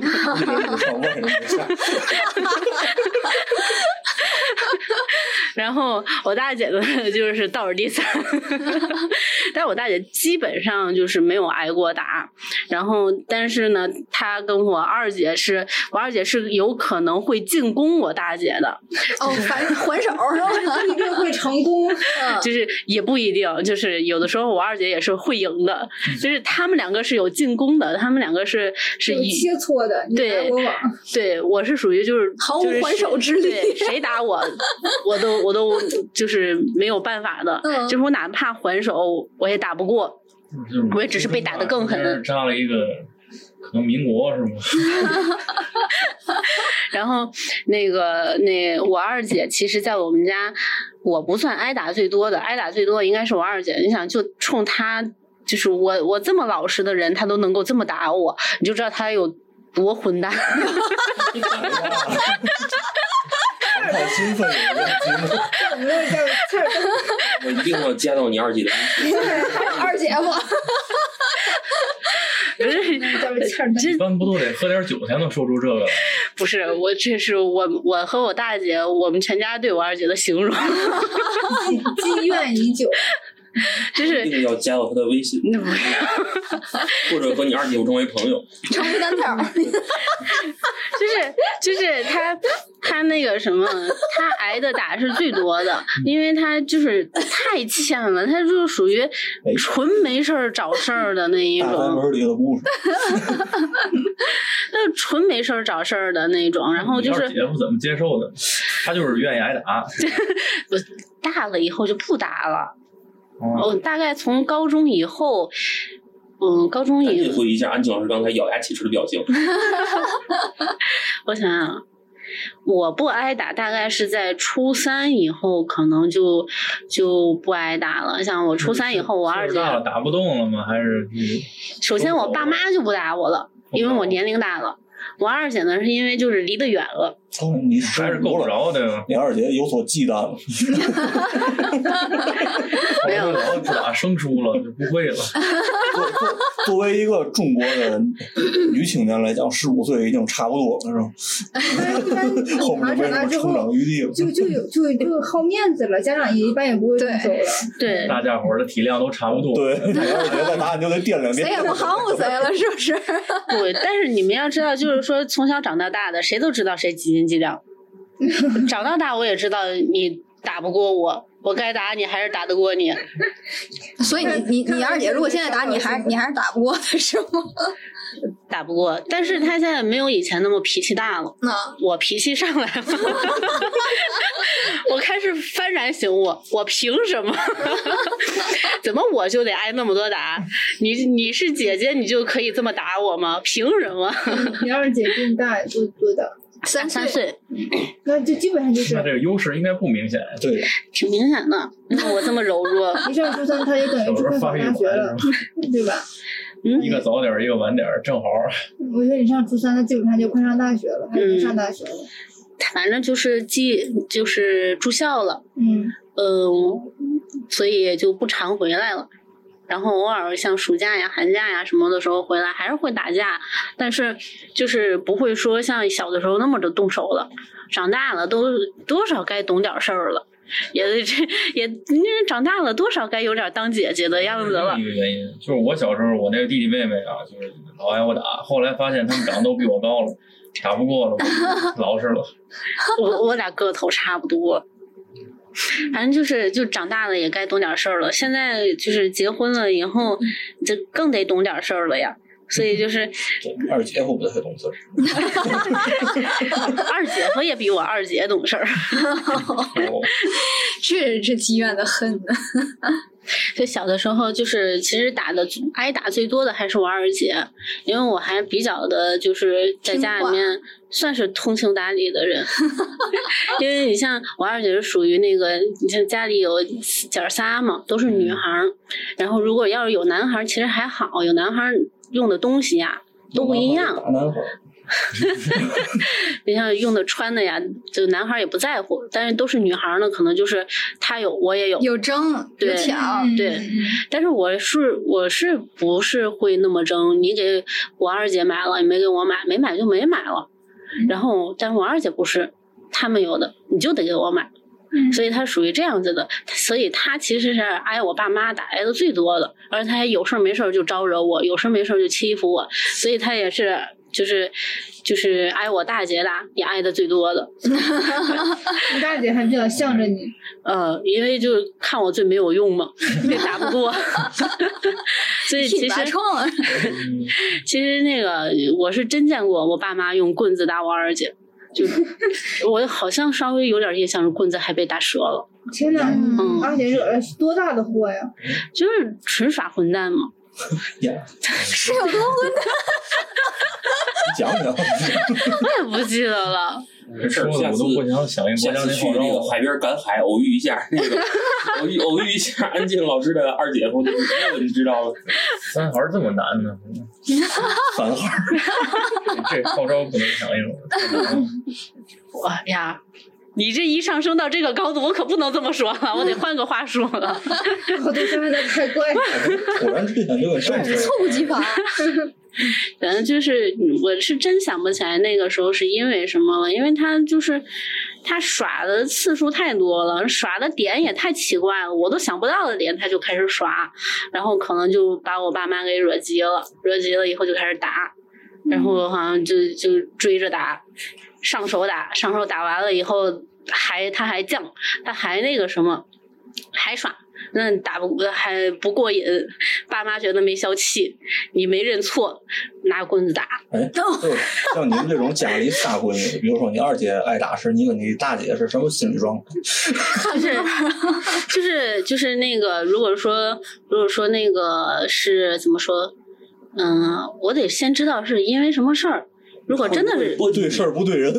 然后我大姐呢就是倒数第三，但是我大姐基本上就是没有挨过打，然后但是呢，她跟我二姐是，我二姐是有可能会进攻我大姐的。 哦，反还手是吧？ 不一定会成功， 就是也不一定，就是有的时候我二姐也是会赢的，就是他们两个是有进攻的，他们两个是是有切磋的，你来我往。 对，我是属于就是毫无还手之力， 对，谁打我，我都我都就是没有办法的， 嗯、 就是我哪怕还手，我也打不过， 嗯、 我也只是被打得更狠。 扎了一个，可能民国是吗？ 然后那个那我二姐，其实在我们家，我不算挨打最多的，挨打最多的应该是我二姐。你想，就冲她，就是我我这么老实的人，她都能够这么打我，你就知道她有多混蛋。 太兴奋了， 我们要叫刺儿蹬。 我一定要加到你二姐的。 还有二姐夫。 一般不都得喝点酒才能说出这个？ 不是，我这是我我和我大姐，我们全家对我二姐的形容。 积怨已久。 就是一定要加到他的微信，或者和你二姐夫成为朋友。 成不单挑。 就是就是他他那个什么，他挨的打是最多的，因为他就是太欠了，他就是属于纯没事儿找事儿的那一种。 大宅门里的故事。 那纯没事儿找事儿的那种，然后就是你姐夫怎么接受的？他就是愿意挨打。 我大了以后就不打了。我、哦、大概从高中以后，嗯，高中以后回忆一下安静老师刚才咬牙切齿的表情。 我想想，我不挨打大概是在初三以后，可能就就不挨打了。像我初三以后，我二姐大了打不动了吗？还是？ 首先我爸妈就不打我了，因为我年龄大了。我二姐呢，是因为就是离得远了。 哦，你还是够不着对吧？ 你二姐有所忌惮了。 没有， 老不打生疏了，就不会了。 作作作为一个中国的女青年来讲，十五岁已经差不多了，是吧？后面没什么成长余地了， 就就有就就好面子了，家长也一般也不会动手了。 对， 大家伙的体量都差不多。 对，你二姐再打你就得掂量掂量。 谁也不含糊谁了，是不是？ 对，但是你们要知道，就是说从小长到大的，谁都知道谁几斤几两。长到大我也知道你打不过我，我该打你还是打得过你。 所以你你你二姐如果现在打你，还你还是打不过的是吗？ 打不过，但是他现在没有以前那么脾气大了。 嗯、 我脾气上来了，我开始幡然醒悟，我凭什么？怎么我就得挨那么多打？你你是姐姐，你就可以这么打我吗？凭什么？ 你二姐比你大多多大？ 三三岁， 那就基本上就是。 那这个优势应该不明显。 对， 挺明显的。那我这么柔弱， 一上初三他也等于就快上大学了，对吧？ 嗯， 一个早点，一个晚点，正好。 我觉得你上初三，他基本上就快上大学了，还是上大学了。 反正就是记就是住校了。 嗯嗯，所以也就不常回来了。然后偶尔像暑假呀、寒假呀什么的时候回来，还是会打架，但是就是不会说像小的时候那么的动手了。长大了都多少该懂点事儿了，也这也你长大了多少该有点当姐姐的样子了。 一个原因就是我小时候，我那个弟弟妹妹啊，就是老挨我打，后来发现他们长得都比我高了，打不过了，老实了。 我我俩个头差不多。反正就是就长大了也该懂点事儿了，现在就是结婚了以后就更得懂点事儿了呀，所以就是二姐夫不太懂事儿。 二姐夫也比我二姐懂事儿。 这这积怨的恨呢。 就小的时候就是其实打的挨打最多的还是我二姐，因为我还比较的就是在家里面算是通情达理的人。因为你像我二姐是属于那个你像家里有姐仨嘛，都是女孩，然后如果要是有男孩其实还好，有男孩用的东西呀都不一样。 打男孩你像用的穿的呀，就男孩也不在乎，但是都是女孩呢，可能就是他有我也有， 有争有抢， 对。但是我是我是不是会那么争？你给我二姐买了，你没给我买，没买就没买了。然后，但是我二姐不是，他们有的你就得给我买。所以他属于这样子的，所以他其实是挨我爸妈打挨的最多的，而且他还有事没事就招惹我，有事没事就欺负我，所以他也是就是就是挨我大姐打也挨的最多的。 你大姐还比较向着你， 呃，因为就看我最没有用嘛，也打不过，所以其实其实那个我是真见过我爸妈用棍子打我二姐。就我好像稍微有点印象，是棍子还被打折了。 天哪！嗯，二姐惹了多大的祸呀？ 就是纯耍混蛋嘛。 呀， 是有多混蛋？ 你讲讲。 我也不记得了。 没事，下次下次去那个海边赶海，偶遇一下那个偶遇偶遇一下安静老师的二姐夫，你知道了。 三孩这么难呢？ 三孩， 这号召不能响应。 我呀，你这一上升到这个高度，我可不能这么说了，我得换个话说了。 我对现在太怪了。 果然之前就很上猝不及防。 反正就是我是真想不起来那个时候是因为什么了，因为他就是他耍的次数太多了，耍的点也太奇怪了，我都想不到的点他就开始耍，然后可能就把我爸妈给惹急了，惹急了以后就开始打，然后好像就就追着打，上手打，上手打完了以后还他还犟，他还那个什么，还耍。那打不还不过瘾，爸妈觉得没消气，你没认错，拿棍子打。 哎，对，像你们这种家里仨闺女，比如说你二姐挨打时，你跟你大姐是什么心理状态？ 就是就是就是那个，如果说如果说那个是怎么说，嗯，我得先知道是因为什么事儿。如果真的是不对事儿不对人，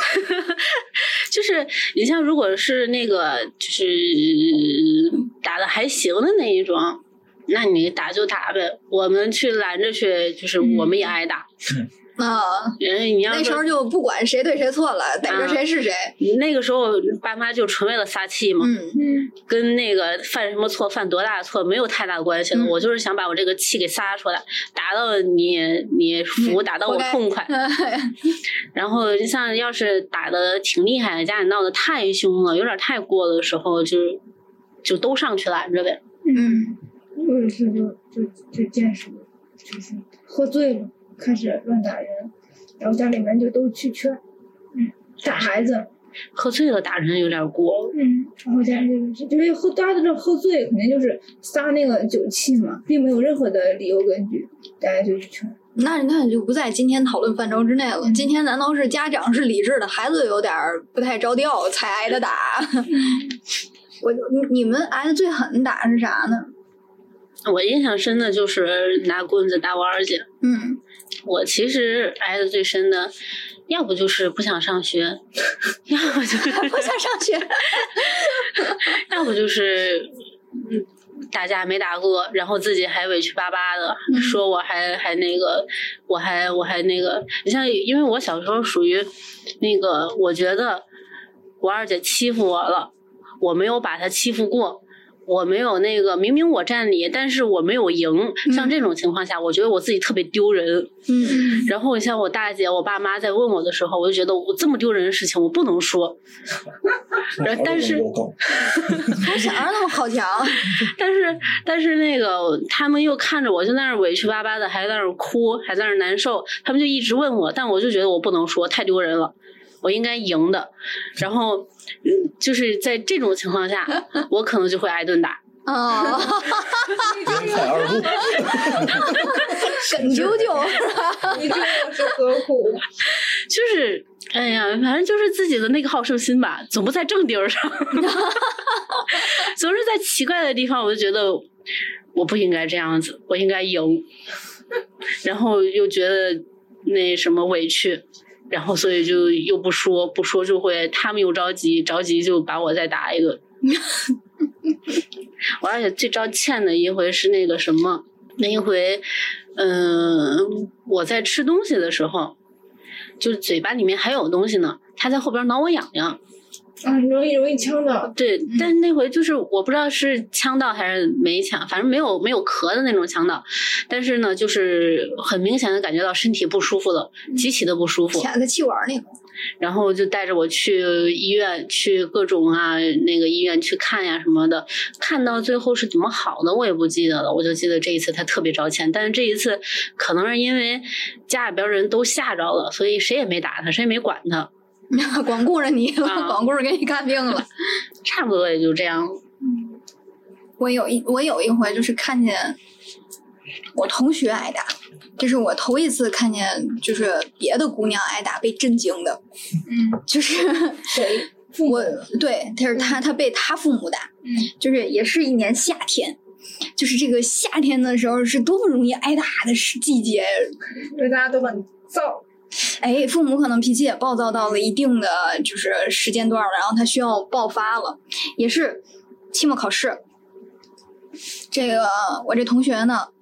就是你像如果是那个就是打的还行的那一种，那你打就打呗，我们去拦着去，就是我们也挨打。 啊， 你要那时候就不管谁对谁错了，逮着谁是谁。 那个时候爸妈就纯为了撒气嘛， 嗯嗯， 跟那个犯什么错、犯多大的错没有太大的关系了。 嗯、 我就是想把我这个气给撒出来，打到你你服，打到我痛快。然后像要是打的挺厉害，家里闹得太凶了，有点太过的时候，就就都上去拦着呗。 嗯， 我也是就就就见识，就是喝醉了。开始乱打人，然后家里面就都去劝，嗯，打孩子， 喝醉了打人有点过， 嗯，然后家里就是就是喝大家都知道喝醉肯定就是撒那个酒气嘛，并没有任何的理由根据，大家就去劝。 那那就不在今天讨论范畴之内了。嗯、今天难道是家长是理智的，孩子有点不太着调才挨的打？我你们挨的最狠的打是啥呢？ 我印象深的就是拿棍子打我二姐。 嗯， 我其实挨的最深的，要不就是不想上学，要不就是不想上学， 要不就是嗯打架没打过，然后自己还委屈巴巴的、嗯、说我还还那个，我还我还那个，你像因为我小时候属于那个，我觉得我二姐欺负我了，我没有把她欺负过。我没有那个，明明我占理，但是我没有赢。 嗯、 像这种情况下，我觉得我自己特别丢人。 嗯， 然后像我大姐、我爸妈在问我的时候，我就觉得我这么丢人的事情我不能说。但是， 好强啊，那么好强！ 但是但是那个他们又看着我，就在那儿委屈巴巴的，还在那儿哭，还在那儿难受。他们就一直问我，但我就觉得我不能说，太丢人了。我应该赢的，然后，嗯，就是在这种情况下，我可能就会挨顿打。 哦， 人才二路， 沈啾啾， 你这个是何苦？ 就是，哎呀，反正就是自己的那个好胜心吧，总不在正地儿上，总是在奇怪的地方，我就觉得我不应该这样子，我应该赢，然后又觉得那什么委屈。然后所以就又不说，不说就会他们又着急，着急就把我再打一顿。我而且最招欠的一回是那个什么，那一回，嗯、呃，我在吃东西的时候，就是嘴巴里面还有东西呢，他在后边挠我痒痒。 啊，容易容易呛到。 对，但是那回就是我不知道是呛到还是没呛，反正没有没有咳的那种呛到，但是呢，就是很明显的感觉到身体不舒服了，嗯、极其的不舒服。 卡在气管里。 然后就带着我去医院，去各种啊那个医院去看呀什么的，看到最后是怎么好的我也不记得了，我就记得这一次他特别招歉，但是这一次可能是因为家里边人都吓着了，所以谁也没打他，谁也没管他。 光顾着你了， 啊、 光顾着给你看病了， 差不多也就这样。 嗯，我有一我有一回就是看见我同学挨打，这是我头一次看见就是别的姑娘挨打被震惊的。 嗯， 就是谁？ 我对，他是他他被他父母打。 嗯， 就是也是一年夏天。就是这个夏天的时候是多么容易挨打的季节， 因为大家都很燥。 哎，父母可能脾气也暴躁到了一定的就是时间段，然后他需要爆发了，也是期末考试。这个我这同学呢，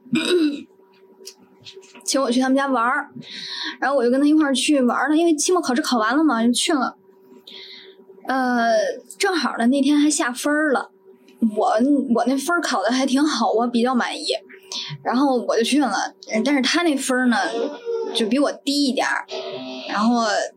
请我去他们家玩儿，然后我就跟他一块儿去玩了，因为期末考试考完了嘛，就去了。呃，正好呢那天还下分了，我我那分考的还挺好，我比较满意，然后我就去了，但是他那分呢就比我低一点儿，然后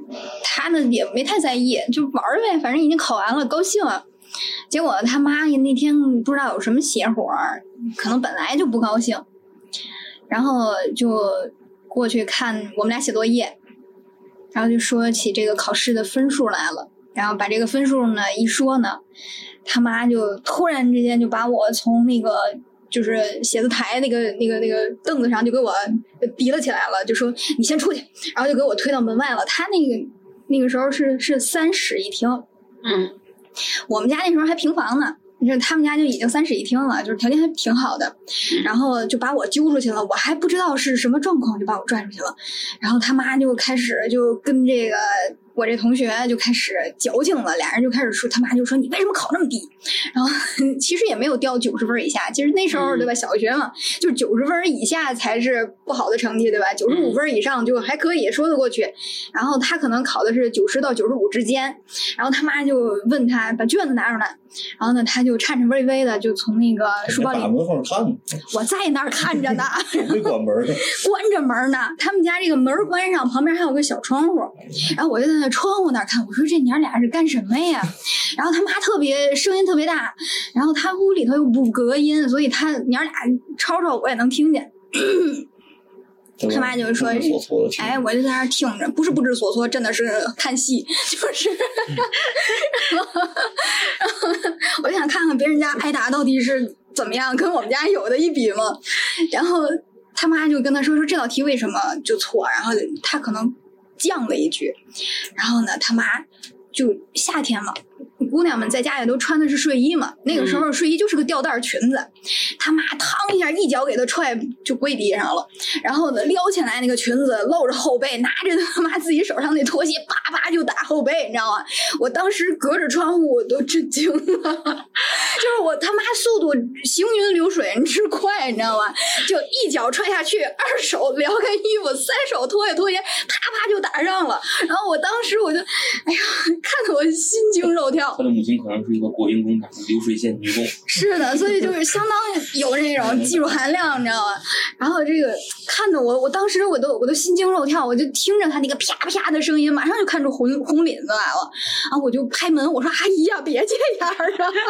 他呢也没太在意，就玩呗，反正已经考完了，高兴了。结果他妈那天不知道有什么邪火，可能本来就不高兴，然后就过去看我们俩写作业，然后就说起这个考试的分数来了，然后把这个分数呢一说呢，他妈就突然之间就把我从那个就是写字台那个那个那个凳子上就给我提了起来了，就说你先出去，然后就给我推到门外了。他那个那个时候是是三室一厅， 嗯， 我们家那时候还平房呢，就是他们家就已经三室一厅了，就是条件还挺好的，然后就把我揪出去了，我还不知道是什么状况就把我拽出去了，然后他妈就开始就跟这个我这同学就开始矫情了，俩人就开始说，他妈就说你为什么考那么低，然后其实也没有掉九十分以下，其实那时候对吧，小学嘛，就是九十分以下才是不好的成绩对吧，九十五分以上就还可以说得过去，然后他可能考的是九十到九十五之间，然后他妈就问他把卷子拿出来，然后呢他就颤颤巍巍的就从那个书包里， 打门缝看， 我在那儿看着呢， 没关门， 关着门呢，他们家这个门关上，旁边还有个小窗户，然后我就在那窗户那儿看，我说这娘俩是干什么呀？然后他妈特别声音特别大，然后他屋里头又不隔音，所以他娘俩吵吵我也能听见。他妈就说，哎，我就在那儿听着，不是不知所措，真的是看戏，就是然后然后我就想看看别人家挨打到底是怎么样，跟我们家有的一比嘛。然后他妈就跟他说说这道题为什么就错，然后他可能降了一句，然后呢他妈就夏天嘛，姑娘们在家里都穿的是睡衣嘛，那个时候睡衣就是个吊带裙子，他妈嘡一下一脚给他踹就跪地上了，然后呢撩起来那个裙子露着后背，拿着他妈自己手上那拖鞋叭叭就打后背，你知道吗？我当时隔着窗户我都震惊了，就是我他妈速度行云流水之快，你知道吗？就一脚踹下去，二手撩开衣服，三手拖下拖鞋，啪啪就打上了，然后我当时我就哎呀看得我心惊肉跳。 他的母亲可能是一个国营工厂流水线女工， 是的，所以就是相当有那种技术含量，你知道吗？然后这个看得我，我当时我都我都心惊肉跳，我就听着他那个啪啪的声音，马上就看出红红领子来了，然后我就拍门，我说：“阿姨呀，别这样啊！”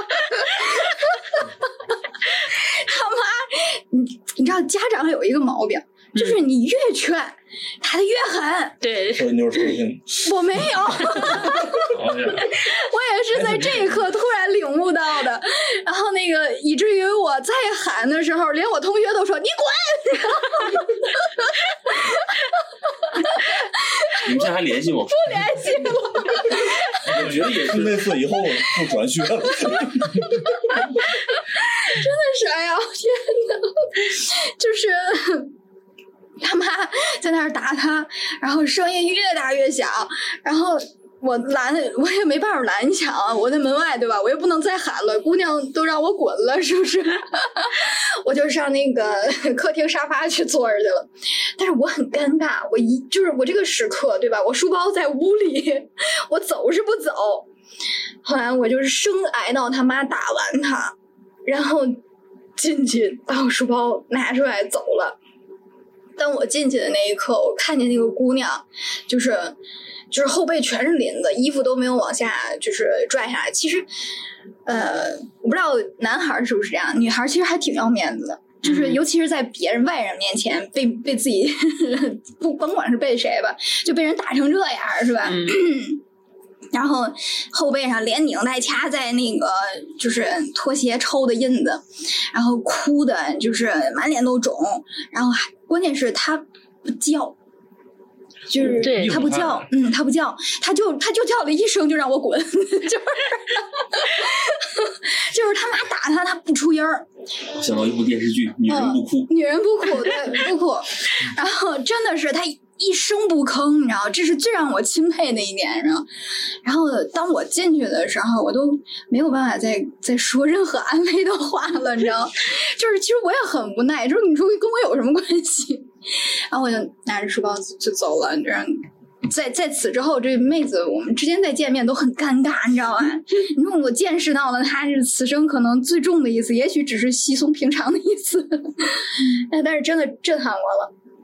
他妈，你你知道家长有一个毛病。就是你越劝他的越狠， 对， 所以你就是我没有，我也是在这一刻突然领悟到的，然后那个以至于我再喊的时候，连我同学都说你滚。 你们现在还联系吗？ 不联系了。 我觉得也是那次以后就转学了。真的是，哎呀，天哪，就是。他妈在那儿打他，然后声音越大越响，然后我拦，我也没办法拦抢，我在门外对吧？我也不能再喊了，姑娘都让我滚了，是不是？我就上那个客厅沙发去坐着去了。但是我很尴尬，我一就是我这个时刻对吧？我书包在屋里，我走是不走？后来我就是生挨到他妈打完他，然后进去把我书包拿出来走了。当我进去的那一刻，我看见那个姑娘，就是就是后背全是鳞子，衣服都没有往下就是拽下来。其实，呃，我不知道男孩是不是这样，女孩其实还挺要面子的，就是尤其是在别人外人面前被被自己不甭管是被谁吧，就被人打成这样是吧？嗯然后后背上连拧带掐在那个就是拖鞋抽的印子，然后哭的就是满脸都肿，然后还关键是他不叫，就是他不叫，嗯，他不叫，他就他就叫了一声就让我滚，就是就是他妈打他，他不出音儿。 想到一部电视剧，女人不哭， 嗯、女人不哭，对，不哭。然后真的是他一声不吭，你知道，这是最让我钦佩的一点，然后，然后当我进去的时候，我都没有办法再再说任何安慰的话了，你知道，就是其实我也很无奈，就是你说跟我有什么关系？然后我就拿着书包就走了，你知道。在在此之后，这妹子我们之间再见面都很尴尬，你知道吧？你说我见识到了她是此生可能最重的一次，也许只是稀松平常的一次，但是真的震撼我了。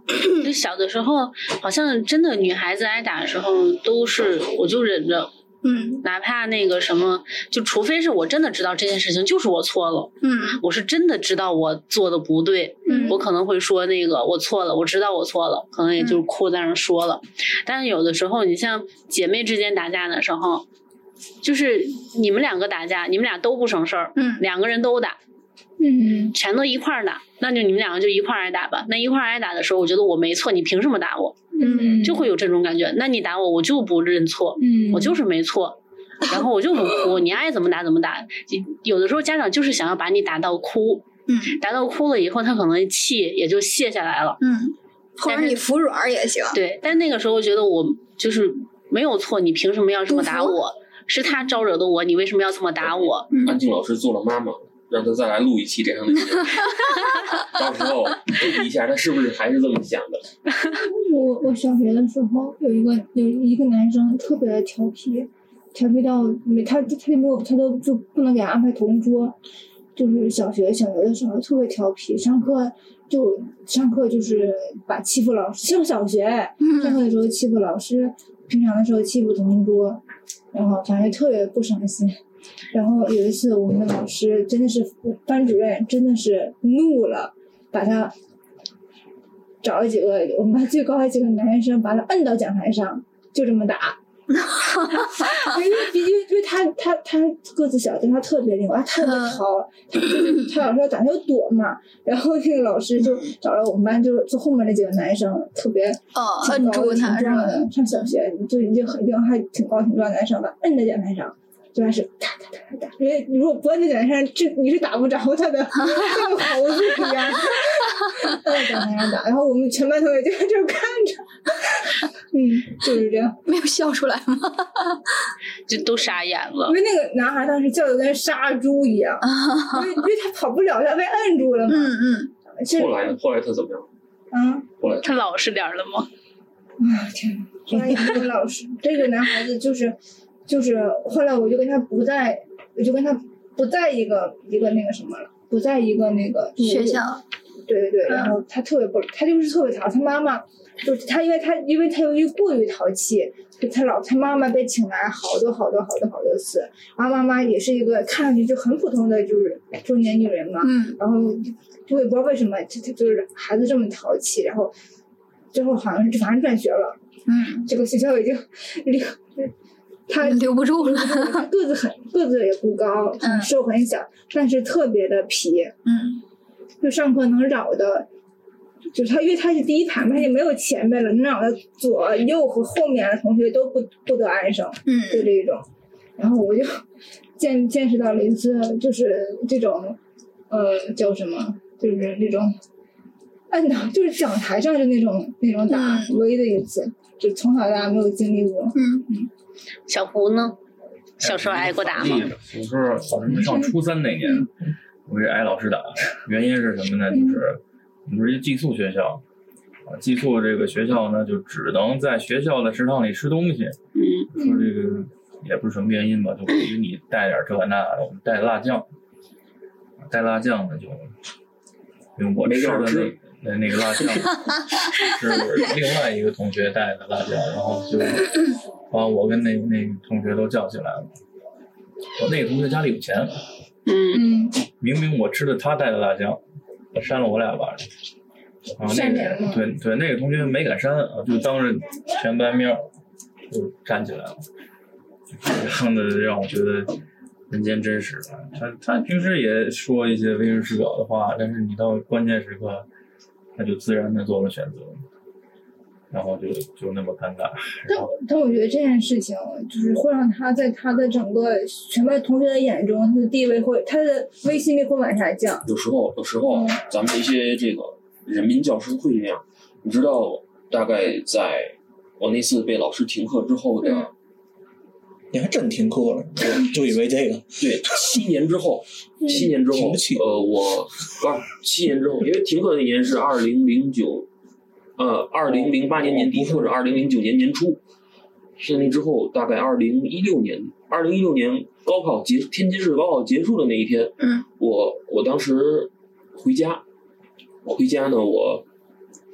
就小的时候，好像真的女孩子挨打的时候，都是我就忍着。 嗯， 哪怕那个什么，就除非是我真的知道这件事情就是我错了， 嗯， 我是真的知道我做的不对， 嗯， 我可能会说那个我错了，我知道我错了，可能也就是哭在那儿说了。嗯、但是有的时候，你像姐妹之间打架的时候，就是你们两个打架，你们俩都不省事儿， 嗯， 两个人都打， 嗯， 全都一块儿打，那就你们两个就一块儿挨打吧。那一块儿挨打的时候，我觉得我没错，你凭什么打我？ 嗯， 就会有这种感觉。那你打我，我就不认错， 嗯， 我就是没错，然后我就不哭，你爱怎么打怎么打。有的时候家长就是想要把你打到哭， 嗯， 打到哭了以后，他可能气也就泄下来了， 嗯，或者你服软也行。 对，但那个时候觉得我就是没有错，你凭什么要这么打我？是他招惹的我，你为什么要这么打我？ 安静老师做了妈妈。让他再来录一期这样的节目，到时候对比一下他是不是还是这么想的。 我我小学的时候有一个有一个男生特别的调皮，调皮到没他他就没有他都就不能给他安排同桌，就是小学小学的时候特别调皮，上课就上课就是把欺负老师，上小学上课的时候欺负老师，平常的时候欺负同桌，然后反正特别不省心。然后有一次我们的老师真的是班主任真的是怒了，把他找了几个我们班最高的几个男生把他摁到讲台上，就这么打。因为因为因为他他他个子小，但他特别灵活，他特别淘，他就是他老师要打他就躲嘛，然后那个老师就找了我们班就是坐后面那几个男生，特别哦摁住他是吧？ 上小学就已经很已经还挺高挺壮的男生了，摁在讲台上。就开始打打打打，因为如果不按在讲台上，这你是打不着他的，像个猴子一样，按在讲台上打。然后我们全班同学就在这看着，嗯，就是这样。 没有笑出来吗？ 就都傻眼了。 因为那个男孩当时叫的跟杀猪一样，因为因为他跑不了，他被摁住了嘛。 嗯嗯。 后来呢？后来他怎么样？ 嗯。 后来他老实点了吗？ 啊天哪！后来也没有老实。这个男孩子就是。就是后来我就跟他不在，我就跟他不在一个一个那个什么了，不在一个那个学校。 对对对，然后他特别不，他就是特别淘，他妈妈就是他，因为他因为他由于过于淘气，就他老他妈妈被请来好多好多好多好多次，然后妈妈也是一个看上去就很普通的就是中年女人嘛， 嗯， 然后我也不知道为什么他他就是孩子这么淘气，然后最后好像是反正转学了， 嗯， 这个学校已经留。他留不住了， 他个子很个子也不高， 嗯， 瘦很小，但是特别的皮， 嗯， 就上课能绕的，就是他因为他是第一排嘛，他就没有前辈了，能绕的左右和后面的同学都不不得安生， 嗯， 就这种，然后我就见见识到了一次，就是这种，呃，叫什么，就是那种，按到就是讲台上就那种那种打， 嗯、 唯一的一次，就从小到大没有经历过， 嗯嗯。 小胡呢？小时候挨过打吗？ 小时候好像是上初三那年，我给挨老师打，原因是什么呢？就是我们是一寄宿学校，啊，寄宿这个学校呢，就只能在学校的食堂里吃东西。 嗯， 说这个也不是什么原因吧，就给你带点这那的，我们带辣酱，带辣酱呢就，因为我吃的那。那那个辣酱是另外一个同学带的辣酱，然后就把我跟那那个同学都叫起来了。我那个同学家里有钱， 嗯， 明明我吃的他带的辣酱，我扇了我俩巴掌。啊，那个对对，那个同学没敢扇啊，就当着全班面就站起来了，这样的让我觉得人间真实。他他平时也说一些为人师表的话，但是你到关键时刻。他就自然的做了选择，然后就就那么尴尬。 但但我觉得这件事情就是会让他在他的整个全班同学的眼中，他的地位会，他的威信力会往下降。 有时候，有时候、嗯、咱们一些这个人民教师会这样，你知道，大概在我那次被老师停课之后的。嗯你还真停课了，就因为这个。 对，七年之后，七年之后，呃，我啊，七年之后，因为停课那年是二零零九，呃，二零零八年年底或者二零零九年年初，是那之后，大概二零一六年，二零一六年高考结天津市高考结束的那一天， 嗯， 我我当时回家，我回家呢，我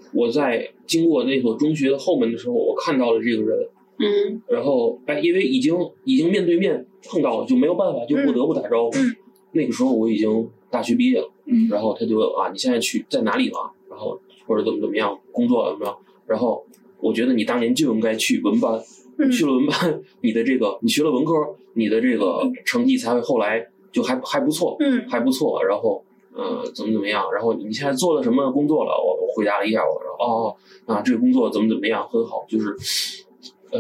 我在经过那所中学的后门的时候，我看到了这个人， 嗯， 然后哎，因为已经已经面对面碰到了，就没有办法，就不得不打招呼。 嗯、 那个时候我已经大学毕业了， 嗯、 然后他就啊，你现在去在哪里了？然后或者怎么怎么样，工作了怎么样？然后我觉得你当年就应该去文班， 嗯、 去了文班，你的这个你学了文科，你的这个成绩才会后来就还还不错， 嗯， 还不错。然后呃，怎么怎么样？然后你现在做了什么工作了？我我回答了一下，我说哦，啊，这个工作怎么怎么样，很好，就是呃。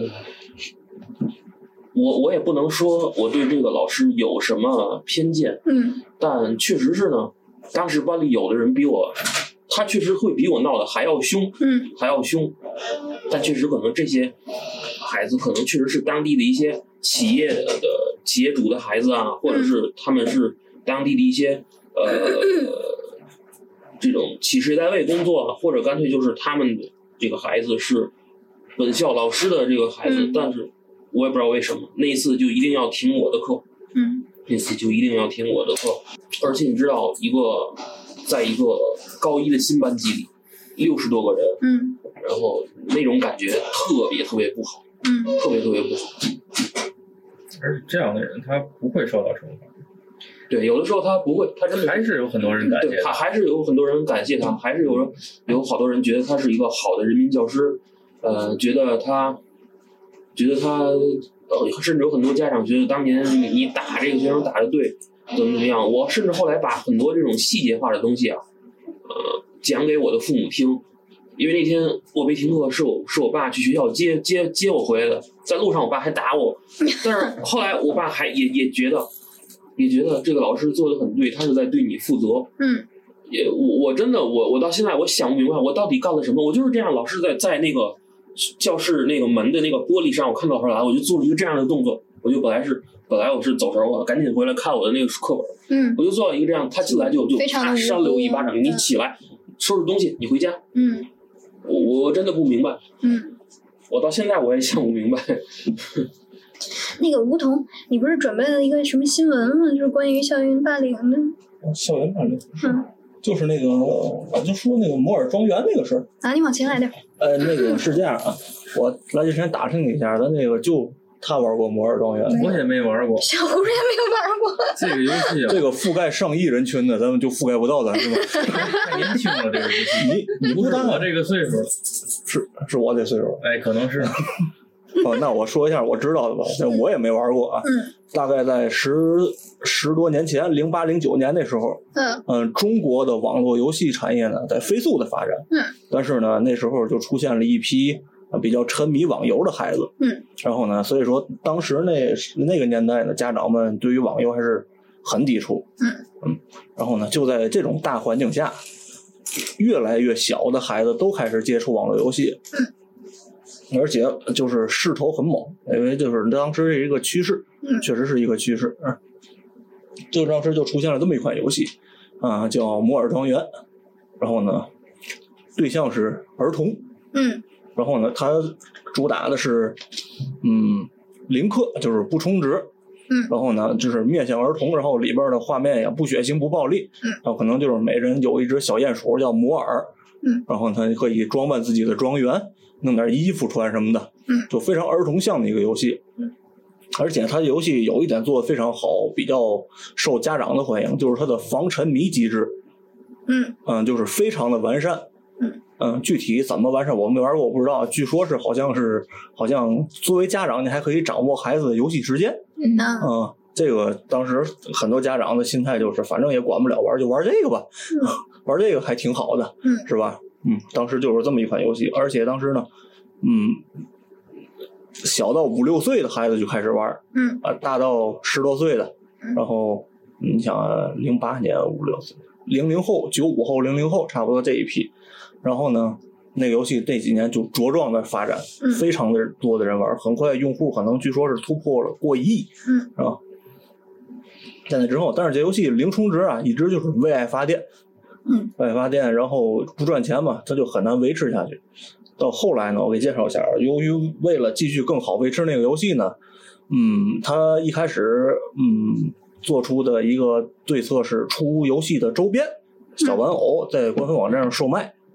我我也不能说我对这个老师有什么偏见， 嗯， 但确实是呢，当时班里有的人比我，他确实会比我闹得还要凶， 嗯， 还要凶，但确实可能这些孩子可能确实是当地的一些企业的企业主的孩子啊，或者是他们是当地的一些呃这种企事业单位工作，或者干脆就是他们这个孩子是本校老师的这个孩子， 嗯、 但是。我也不知道为什么那一次就一定要听我的课， 嗯， 那次就一定要听我的课，而且你知道，一个在一个高一的新班级里，六十多个人， 嗯， 然后那种感觉特别特别不好， 嗯， 特别特别不好。 而且这样的人他不会受到惩罚。 对，有的时候他不会，他真的还是有很多人感谢他，还是有很多人感谢他，还是有人有好多人觉得他是一个好的人民教师，呃，觉得他。觉得他，呃，甚至有很多家长觉得当年你你打这个学生打得对，怎么怎么样。我甚至后来把很多这种细节化的东西啊，呃，讲给我的父母听。因为那天我被停课，是我是我爸去学校接接接我回来的，在路上我爸还打我，但是后来我爸还也也觉得，也觉得这个老师做得很对，他是在对你负责。 嗯， 也我我真的我我到现在我想不明白，我到底干了什么？我就是这样，老师在在那个。教室那个门的那个玻璃上，我看到后来，我就做了一个这样的动作。我就本来是本来我是走神，我赶紧回来看我的那个课本。 嗯， 我就做了一个这样，他进来就就啪扇了我一巴掌，你起来收拾东西，你回家。 嗯， 我我真的不明白。 嗯， 我到现在我也想不明白。 那个吴桐，你不是准备了一个什么新闻吗？就是关于校园霸凌的。 校园霸凌。 嗯。 就是那个，我就说那个摩尔庄园那个事儿啊，你往前来点。 呃，那个是这样啊，我来之前打听你一下，咱那个就他玩过摩尔庄园， 我也没玩过， 小胡也没有玩过这个游戏啊， 这个覆盖上亿人群的，咱们就覆盖不到咱是吗？ 太年轻了，这个游戏， 你你不大我这个岁数， 是是我这岁数， 哎，可能是。 哦，那我说一下我知道的吧，我也没玩过啊。 嗯。 大概在十十多年前，零八零九年那时候， 嗯嗯，中国的网络游戏产业呢在飞速的发展。 嗯。 但是呢，那时候就出现了一批比较沉迷网游的孩子。 嗯。 然后呢，所以说当时那那个年代呢，家长们对于网游还是很抵触。 嗯。 嗯。然后呢，就在这种大环境下，越来越小的孩子都开始接触网络游戏。 嗯。 而且就是势头很猛，因为就是当时是一个趋势， 嗯， 确实是一个趋势。嗯，就当时就出现了这么一款游戏，啊，叫《摩尔庄园》，然后呢，对象是儿童， 嗯， 然后呢，它主打的是，嗯，零氪，就是不充值， 嗯， 然后呢，就是面向儿童，然后里边的画面也不血腥不暴力， 嗯， 然后可能就是每人有一只小鼹鼠叫摩尔， 嗯， 然后他可以装扮自己的庄园。弄点衣服穿什么的， 嗯， 就非常儿童向的一个游戏， 嗯， 而且它游戏有一点做得非常好，比较受家长的欢迎，就是它的防沉迷机制， 嗯嗯，就是非常的完善， 嗯嗯，具体怎么完善我没玩过，我不知道，据说是好像是好像作为家长你还可以掌握孩子的游戏时间， 嗯嗯，这个当时很多家长的心态就是反正也管不了，玩就玩这个吧， 嗯， 玩这个还挺好的， 嗯， 是吧？嗯，当时就是这么一款游戏，而且当时呢，嗯，小到五六岁的孩子就开始玩， 嗯啊，大到十多岁的，然后你想零八年五六岁，零零后、九五后、零零后，差不多这一批，然后呢，那个游戏这几年就茁壮的发展， 嗯、 非常的多的人玩，很快用户可能据说是突破了过亿， 嗯， 啊，在那之后，但是这游戏零充值啊，一直就是为爱发电。 嗯， 外发电，然后不赚钱嘛，它就很难维持下去。到后来呢，我给介绍一下，由于为了继续更好维持那个游戏呢，嗯，它一开始嗯做出的一个对策是出游戏的周边小玩偶在官方网站上售卖。 嗯，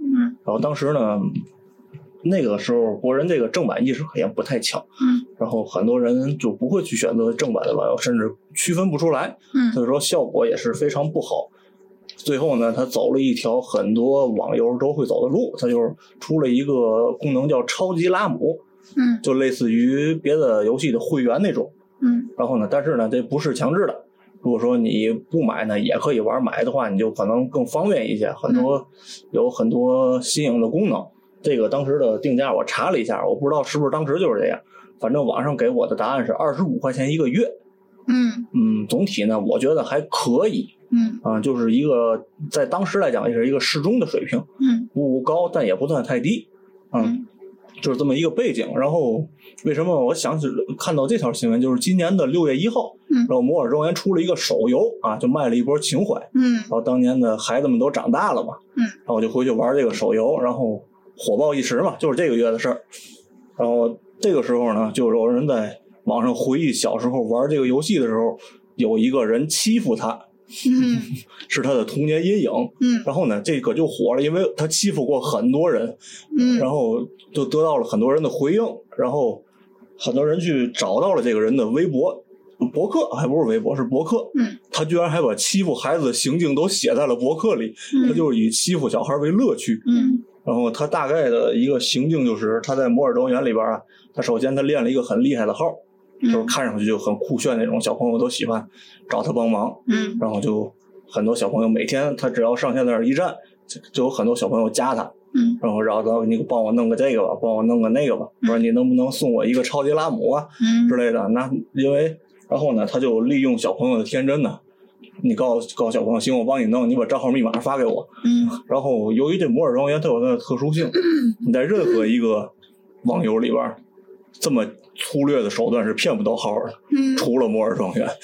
然后当时呢，那个时候国人这个正版意识也不太强， 嗯， 然后很多人就不会去选择正版的网游，甚至区分不出来， 嗯， 所以说效果也是非常不好。最后呢，他走了一条很多网游都会走的路，他就是出了一个功能叫超级拉姆， 嗯， 就类似于别的游戏的会员那种， 嗯， 然后呢，但是呢，这不是强制的。如果说你不买呢，也可以玩，买的话你就可能更方便一些，很多有很多新颖的功能。这个当时的定价我查了一下，我不知道是不是当时就是这样，反正网上给我的答案是二十五块钱一个月。 嗯嗯，总体呢，我觉得还可以。 嗯啊、呃，就是一个在当时来讲也是一个适中的水平， 嗯， 不高但也不算太低，嗯， 嗯就是这么一个背景。然后为什么我想起看到这条新闻，就是今年的六月一号， 嗯， 然后摩尔庄园出了一个手游啊，就卖了一波情怀， 嗯， 然后当年的孩子们都长大了嘛， 嗯， 然后我就回去玩这个手游，然后火爆一时嘛，就是这个月的事儿。然后这个时候呢，就有人在网上回忆小时候玩这个游戏的时候，有一个人欺负他。 嗯， 是他的童年阴影。 嗯， 然后呢，这个就火了，因为他欺负过很多人， 嗯， 然后就得到了很多人的回应，然后很多人去找到了这个人的微博、博客，还不是微博，是博客。 嗯， 他居然还把欺负孩子的行径都写在了博客里， 嗯、 他就是以欺负小孩为乐趣。 嗯， 然后他大概的一个行径就是他在摩尔庄园里边啊，他首先他练了一个很厉害的号。就是看上去就很酷炫那种，小朋友都喜欢找他帮忙。 嗯， 然后就很多小朋友每天他只要上线那儿一站，就就有很多小朋友加他。 嗯， 然后然后你帮我弄个这个吧，帮我弄个那个吧，不然你能不能送我一个超级拉姆啊、 嗯、 之类的？那因为然后呢，他就利用小朋友的天真呢，你告诉告诉小朋友，行，我帮你弄，你把账号密码发给我。 嗯， 然后由于这摩尔庄园它有它的特殊性，你在任何一个网游里边，这么粗略的手段是骗不到号的， 嗯， 除了摩尔庄园。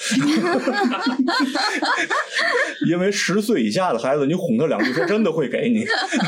因为十岁以下的孩子，你哄他两句，他真的会给你。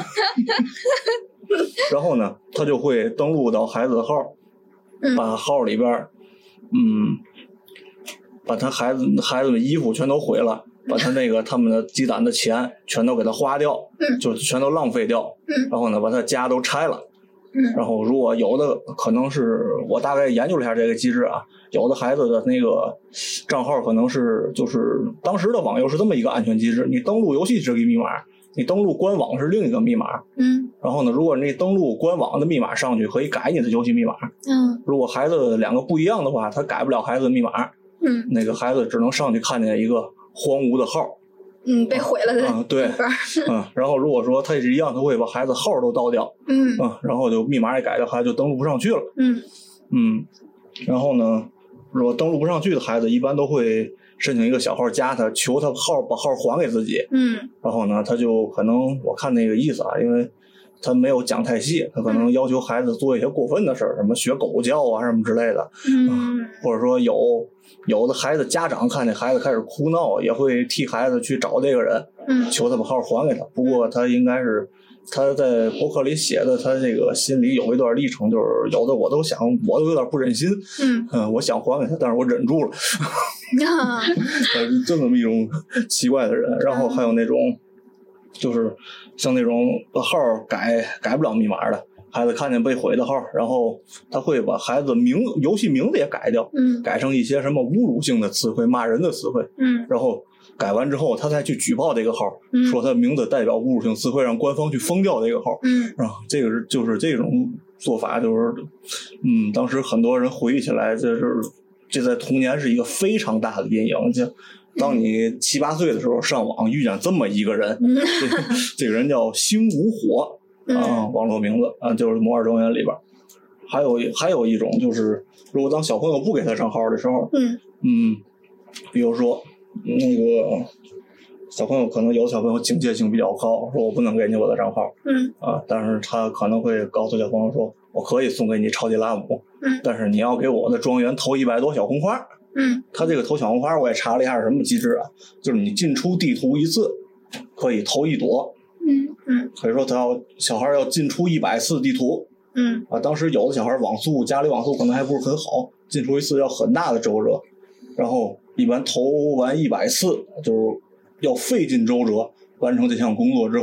然后呢，他就会登录到孩子的号，把号里边，嗯，把他孩子孩子的衣服全都毁了，把他那个他们的积攒的钱全都给他花掉，就全都浪费掉。然后呢，把他家都拆了。然后如果有的可能是我大概研究了一下这个机制啊，有的孩子的那个账号可能是就是当时的网游是这么一个安全机制，你登录游戏是个密码，你登录官网是另一个密码。 嗯， 然后呢，如果你登录官网的密码上去，可以改你的游戏密码。 嗯， 如果孩子两个不一样的话，他改不了孩子的密码。 嗯， 那个孩子只能上去看见一个荒芜的号。 嗯，被毁了的。 嗯，对。嗯，然后如果说他也是一样，他会把孩子号都盗掉。 嗯。 嗯，然后就密码也改掉，孩子就登录不上去了。 嗯。 嗯，然后呢，如果登录不上去的孩子，一般都会申请一个小号加他，求他号把号还给自己。 嗯。然后呢，他就可能我看那个意思啊，因为他没有讲太细，他可能要求孩子做一些过分的事儿，什么学狗叫啊什么之类的。 嗯。 或者说有有的孩子家长看这孩子开始哭闹，也会替孩子去找这个人， 嗯， 求他把号还给他。不过他应该是他在博客里写的，他这个心里有一段历程，就是有的我都想，我都有点不忍心， 嗯， 嗯，我想还给他，但是我忍住了。 啊， 这么一种奇怪的人。然后还有那种，就是像那种号改改不了密码的。孩子看见被毁的号，然后他会把孩子名游戏名字也改掉， 嗯， 改成一些什么侮辱性的词汇、骂人的词汇， 嗯， 然后改完之后，他再去举报这个号， 嗯， 说他名字代表侮辱性词汇，让官方去封掉这个号， 嗯， 然后这个是就是这种做法，就是嗯，当时很多人回忆起来，就是这在童年是一个非常大的阴影。就当你七八岁的时候上网遇见这么一个人， 嗯、 这个这个人叫星无火。啊，网络名字啊，就是摩尔庄园里边，还有还有一种就是，如果当小朋友不给他账号的时候， 嗯嗯，比如说那个小朋友可能有的小朋友警戒性比较高，说我不能给你我的账号， 嗯啊，但是他可能会告诉小朋友说，我可以送给你超级拉姆， 嗯， 但是你要给我的庄园投一百朵小红花， 嗯， 他这个投小红花我也查了一下是什么机制啊，就是你进出地图一次可以投一朵。 嗯嗯， 所以说他要小孩要进出一百次地图， 嗯啊，当时有的小孩网速家里网速可能还不是很好，进出一次要很大的周折，然后一般投完一百次就是要费尽周折完成这项工作之后，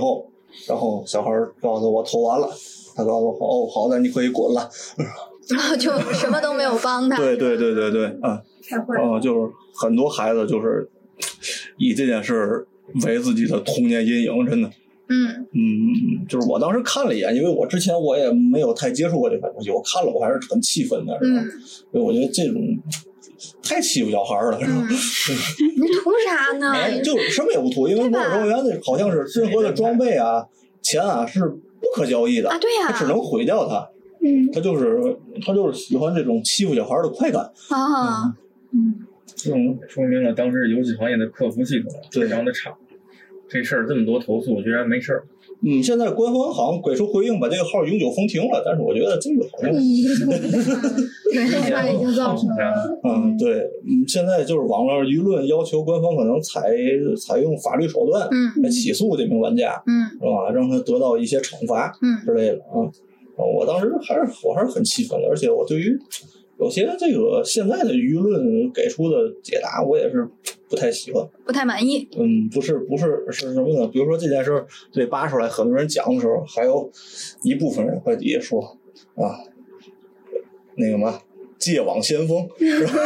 然后小孩告诉我投完了，他告诉我哦好的你可以滚了， 然后就什么都没有帮他。 对对对对对啊， 太坏了。 哦、呃，就是很多孩子就是以这件事为自己的童年阴影，真的。 嗯嗯，就是我当时看了一眼，因为我之前我也没有太接触过这款游戏，我看了我还是很气愤的，是吧？ 嗯， 所以我觉得这种太欺负小孩了，是吧？ 嗯、你图啥呢？ 哎，就什么也不图，因为摩尔庄园的好像是任何的装备啊、钱啊是不可交易的啊，对呀、 啊，他只能毁掉它。 嗯， 他就是他就是喜欢这种欺负小孩的快感啊。 嗯，这种说明了当时游戏行业的客服系统非常的差。这事儿这么多投诉，居然没事儿。 嗯，现在官方好像给出回应，把这个号永久封停了，但是我觉得这个好像一个都不看，对，他已经造成了。 嗯，对，嗯，现在就是网络舆论要求官方可能采采用法律手段， 嗯， 来起诉这名玩家， 嗯， 是吧？让他得到一些惩罚， 嗯之类的啊。我当时还是我还是很气愤的，而且我对于有些这个现在的舆论给出的解答，我也是不太喜欢， 不太满意。 嗯，不是不是是什么呢？比如说这件事儿被扒出来，很多人讲的时候，还有一部分人在底下说啊，那个什么戒网先锋，是吧？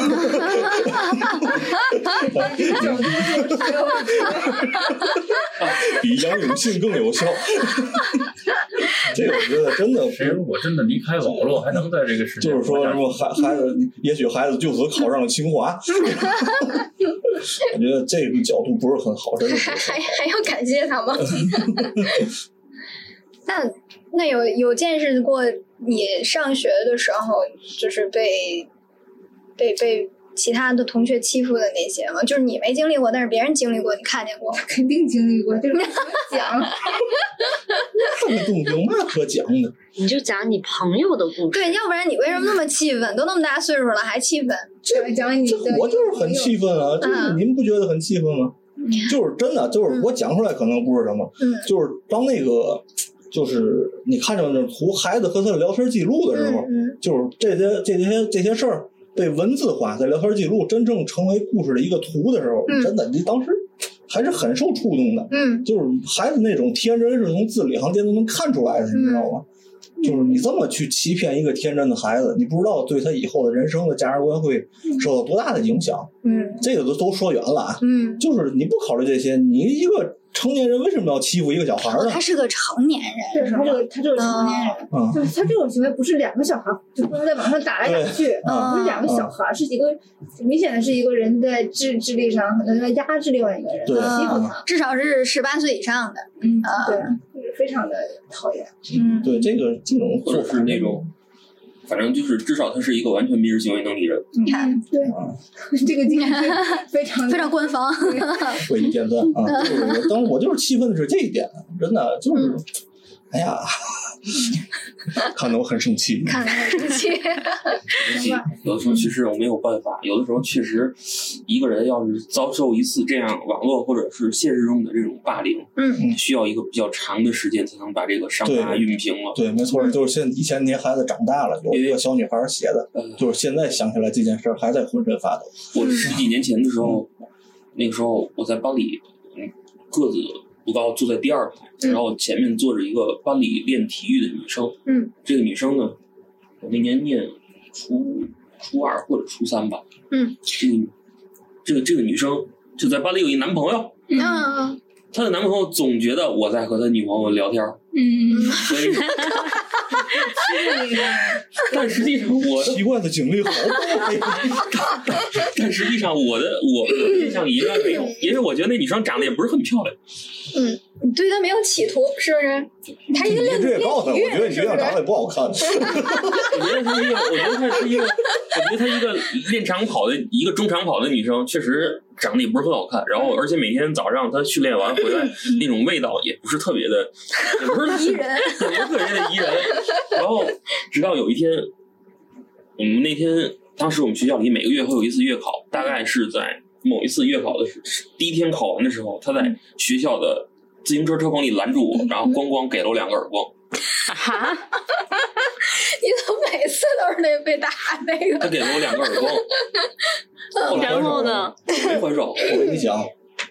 比杨永信更有效。这个我觉得真的， 谁如果真的离开网络，还能在这个世界？ 就是说什么孩孩子，也许孩子就此考上了清华。我觉得这个角度不是很好，真的。 还还还要感谢他吗？那那有有见识过你上学的时候，就是被被被其他的同学欺负的那些吗？就是你没经历过，但是别人经历过，你看见过？ 肯定经历过，就是讲。 这个东西有嘛可讲的？ 你就讲你朋友的故事。 对，要不然你为什么那么气愤？都那么大岁数了还气愤？ 讲讲你的， 我就是很气愤啊！这嗯、 你们不觉得很气愤吗？嗯、就是真的，就是我讲出来可能不是什么， 嗯、 就是当那个。就是你看着那图孩子和他的聊天记录的时候， 嗯嗯、 就是这些这些这些事儿被文字化，在聊天记录真正成为故事的一个图的时候， 嗯、 真的你当时还是很受触动的。 嗯， 就是孩子那种天真是从字里行间都能看出来的，你知道吗？ 嗯、 就是你这么去欺骗一个天真的孩子，你不知道对他以后的人生的价值观会受到多大的影响。 嗯， 这个都都说远了啊。 嗯， 就是你不考虑这些，你一个成年人为什么要欺负一个小孩呢？ 他是个成年人， 对，他这个他这个成年人， 嗯、 就是他这种行为不是两个小孩就不能在网上打来打去，不是两个小孩，是一个明显的是一个人在智智力上可能在压制另外一个人， 对， 欺负他， 至少是十八岁以上的， 嗯， 啊、 对，非常的讨厌， 嗯， 对，这个这种或者是那种。反正就是，至少他是一个完全民事行为能力人。 你看， 嗯、对，啊、这个经验非常非常官方， 说一点赞啊！就是我当我就是气愤的是这一点，真的就是，嗯、哎呀，看得我很生气， 看得很生气。 有的时候其实我没有办法，有的时候确实，一个人要是遭受一次这样网络或者是现实中的这种霸凌， 嗯， 需要一个比较长的时间才能把这个伤疤熨平了。 对，没错，就是现以前那些孩子长大了，有一个小女孩写的， 嗯、 就是现在想起来这件事还在浑身发抖。 我十几年前的时候，嗯、那个时候我在班里，嗯，个子不高，坐在第二排， 嗯、 然后前面坐着一个班里练体育的女生。 嗯， 这个女生呢，我那年念初初二或者初三吧。 嗯， 这个这个这个女生就在班里有一男朋友。 嗯， 她的男朋友总觉得我在和他女朋友聊天。 嗯， 所以。但实际上我的奇怪的经历好多， 但实际上我的我的印象里应该没有，因为我觉得那女生长得也不是很漂亮。 嗯，你对她没有企图，是不是？她一个练练体育， 我觉得你这样长得也不好看。 我觉得她一个，我觉得她是一个，我觉得她一个练长跑的一个中长跑的女生，确实长得也不是很好看。然后而且每天早上她训练完回来，那种味道也不是特别的，也不是宜人， 也不是特别的宜人。然后直到有一天，我们那天当时我们学校里每个月会有一次月考，大概是在某一次月考的第一天考完的时候，他在学校的自行车车棚里拦住我，然后咣咣给了我两个耳光。 哈， 你怎么每次都是那被打那个？ 他给了我两个耳光。 然后呢？ 没还手。 我跟你讲，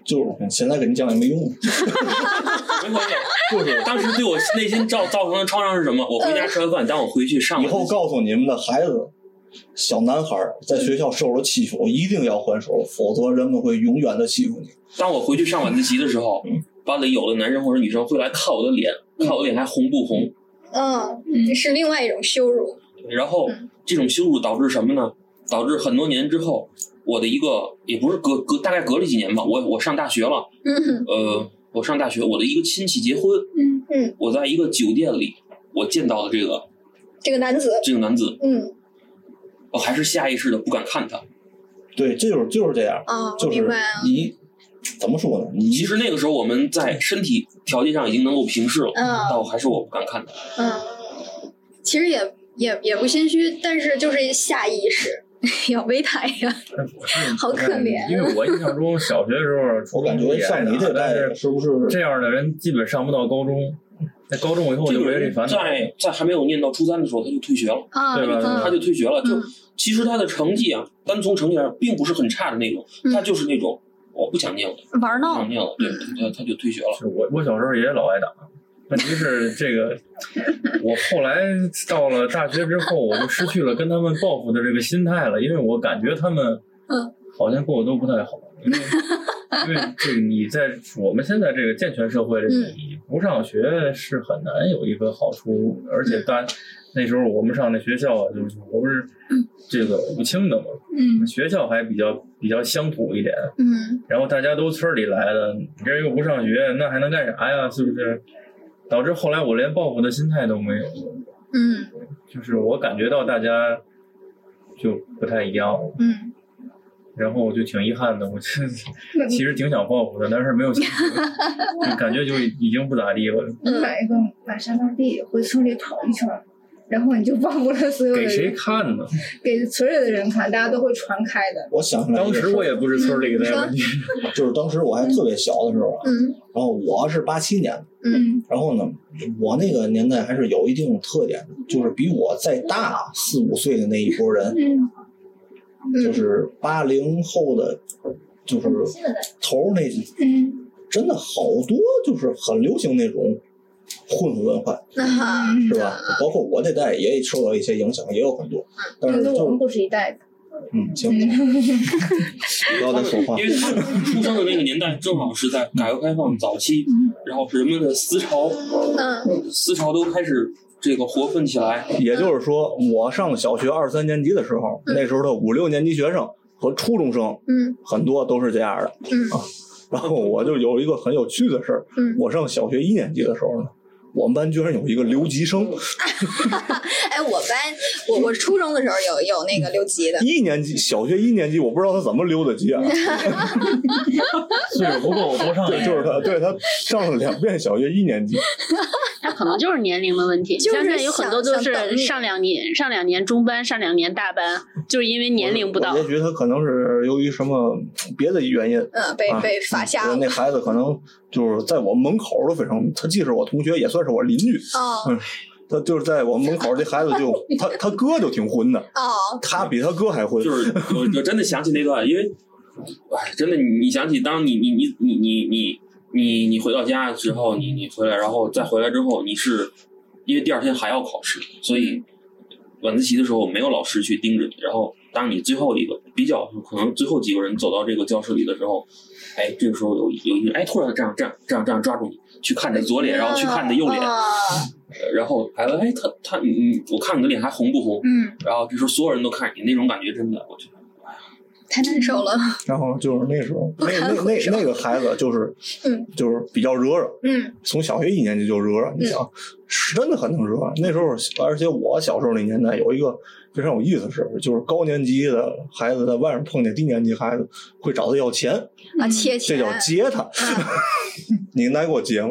就是现在跟你讲也没用。 没关系，就是当时对我内心造造成的创伤是什么？我回家吃完饭，当我回去上以后告诉你们的孩子，小男孩在学校受了欺负，一定要还手，否则人们会永远的欺负你。 当我回去上晚自习的时候，班里有的男生或者女生会来看我的脸，看我的脸还红不红？ 嗯嗯，是另外一种羞辱。 然后这种羞辱导致什么呢？导致很多年之后，我的一个也不是隔隔大概隔了几年吧，我我上大学了， 嗯呃，我上大学，我的一个亲戚结婚， 嗯嗯， 我在一个酒店里，我见到了这个这个男子， 这个男子， 嗯， 我还是下意识的不敢看他。 对，这就是就是这样啊， 就是明白啊。 你怎么说呢？你其实那个时候我们在身体条件上已经能够平视了， 嗯但我还是我不敢看他。 嗯，其实也也也不心虚，但是就是下意识要备胎呀，好可怜。 因为我印象中小学的时候，初我感觉上你这代是不是这样的人基本上不到高中？在高中以后就没这烦恼。 在在还没有念到初三的时候，他就退学了， 啊， 对吧？ 他就退学了。就嗯其实他的成绩啊，单从成绩上并不是很差的那种， 嗯他就是那种我不想念了，不玩闹想，念了，对，他他就退学了。 是我我小时候也老挨打，问题是这个，我后来到了大学之后，我就失去了跟他们报复的这个心态了，因为我感觉他们嗯好像过得都不太好，因为因为这个你在我们现在这个健全社会里， 嗯你不上学是很难有一个好处，而且当那时候我们上那学校啊，就是我不是这个武清的嘛， 嗯学校还比较比较乡土一点， 嗯然后大家都村里来的，你这又不上学，那还能干啥呀？是不是？导致后来我连报复的心态都没有， 嗯就是我感觉到大家就不太一样， 嗯然后我就挺遗憾的，我真其实挺想报复的，但是没有心情，就感觉就已经不咋地了。 你买一个满山大地，回村里跑一圈，然后你就报复了所有的人。 给谁看呢？ 给村里的人看，大家都会传开的。 我想起来当时我也不是村里的嗯问题， 就是当时我还特别小的时候啊， 嗯然后我是八七年的， 嗯然后呢，我那个年代还是有一定特点的，就是比我再大四五岁的那一波人， 嗯就是八零后的，就是头那嗯真的好多，就是很流行那种混混文化， 啊是吧？包括我这代也受到一些影响，也有很多，但是就觉得我们不是一代的。 嗯行，不要再说话因。为他出生的那个年代正好是在改革开放早期，然后人们的思潮嗯思潮都开始这个活泛起来。 也就是说，我上小学二三年级的时候，那时候的五六年级学生和初中生嗯很多都是这样的。 嗯然后我就有一个很有趣的事儿， 嗯我上小学一年级的时候呢，我们班居然有一个留级生， 哎，我班我我初中的时候有有那个留级的， 一年级小学一年级，我不知道他怎么留的级啊， 岁数不够多上一对， 年就是他，对他上了两遍小学一年级， 他可能就是年龄的问题。 就是像现在有很多都想想等你是上两年上两年中班，上两年大班，就是因为年龄不到我。也觉得他可能是由于什么别的原因。 嗯，被啊被罚下了那孩子可能就是在我们门口都非常，他既是我同学，也算是我邻居。 哦嗯，他就是在我们门口，这孩子就他他哥就挺混的， 哦， 他比他哥还混。 就是我我真的想起那段，因为，哎，真的你你想起当你你你你你你你你回到家之后，你你回来，然后再回来之后，你是因为第二天还要考试，所以晚自习的时候没有老师去盯着你，然后当你最后一个比较可能最后几个人走到这个教室里的时候，哎，这个时候有有一个哎突然这样这样这样这样抓住你，去看你的左脸，然后去看你的右脸， 啊然后还问哎他他你你我看你的脸还红不红？ 嗯， 然后这时候所有人都看你，那种感觉真的，我觉得。 太难受了， 然后就是那时候，那那那那个孩子就是， 嗯， 就是比较惹惹， 嗯从小学一年级就惹惹。你想，是真的很能惹。那时候，而且我小时候那年代有一个非常有意思的事，就是高年级的孩子在外面碰见低年级孩子，会找他要钱， 啊，切钱， 这叫接他。你挨过接吗？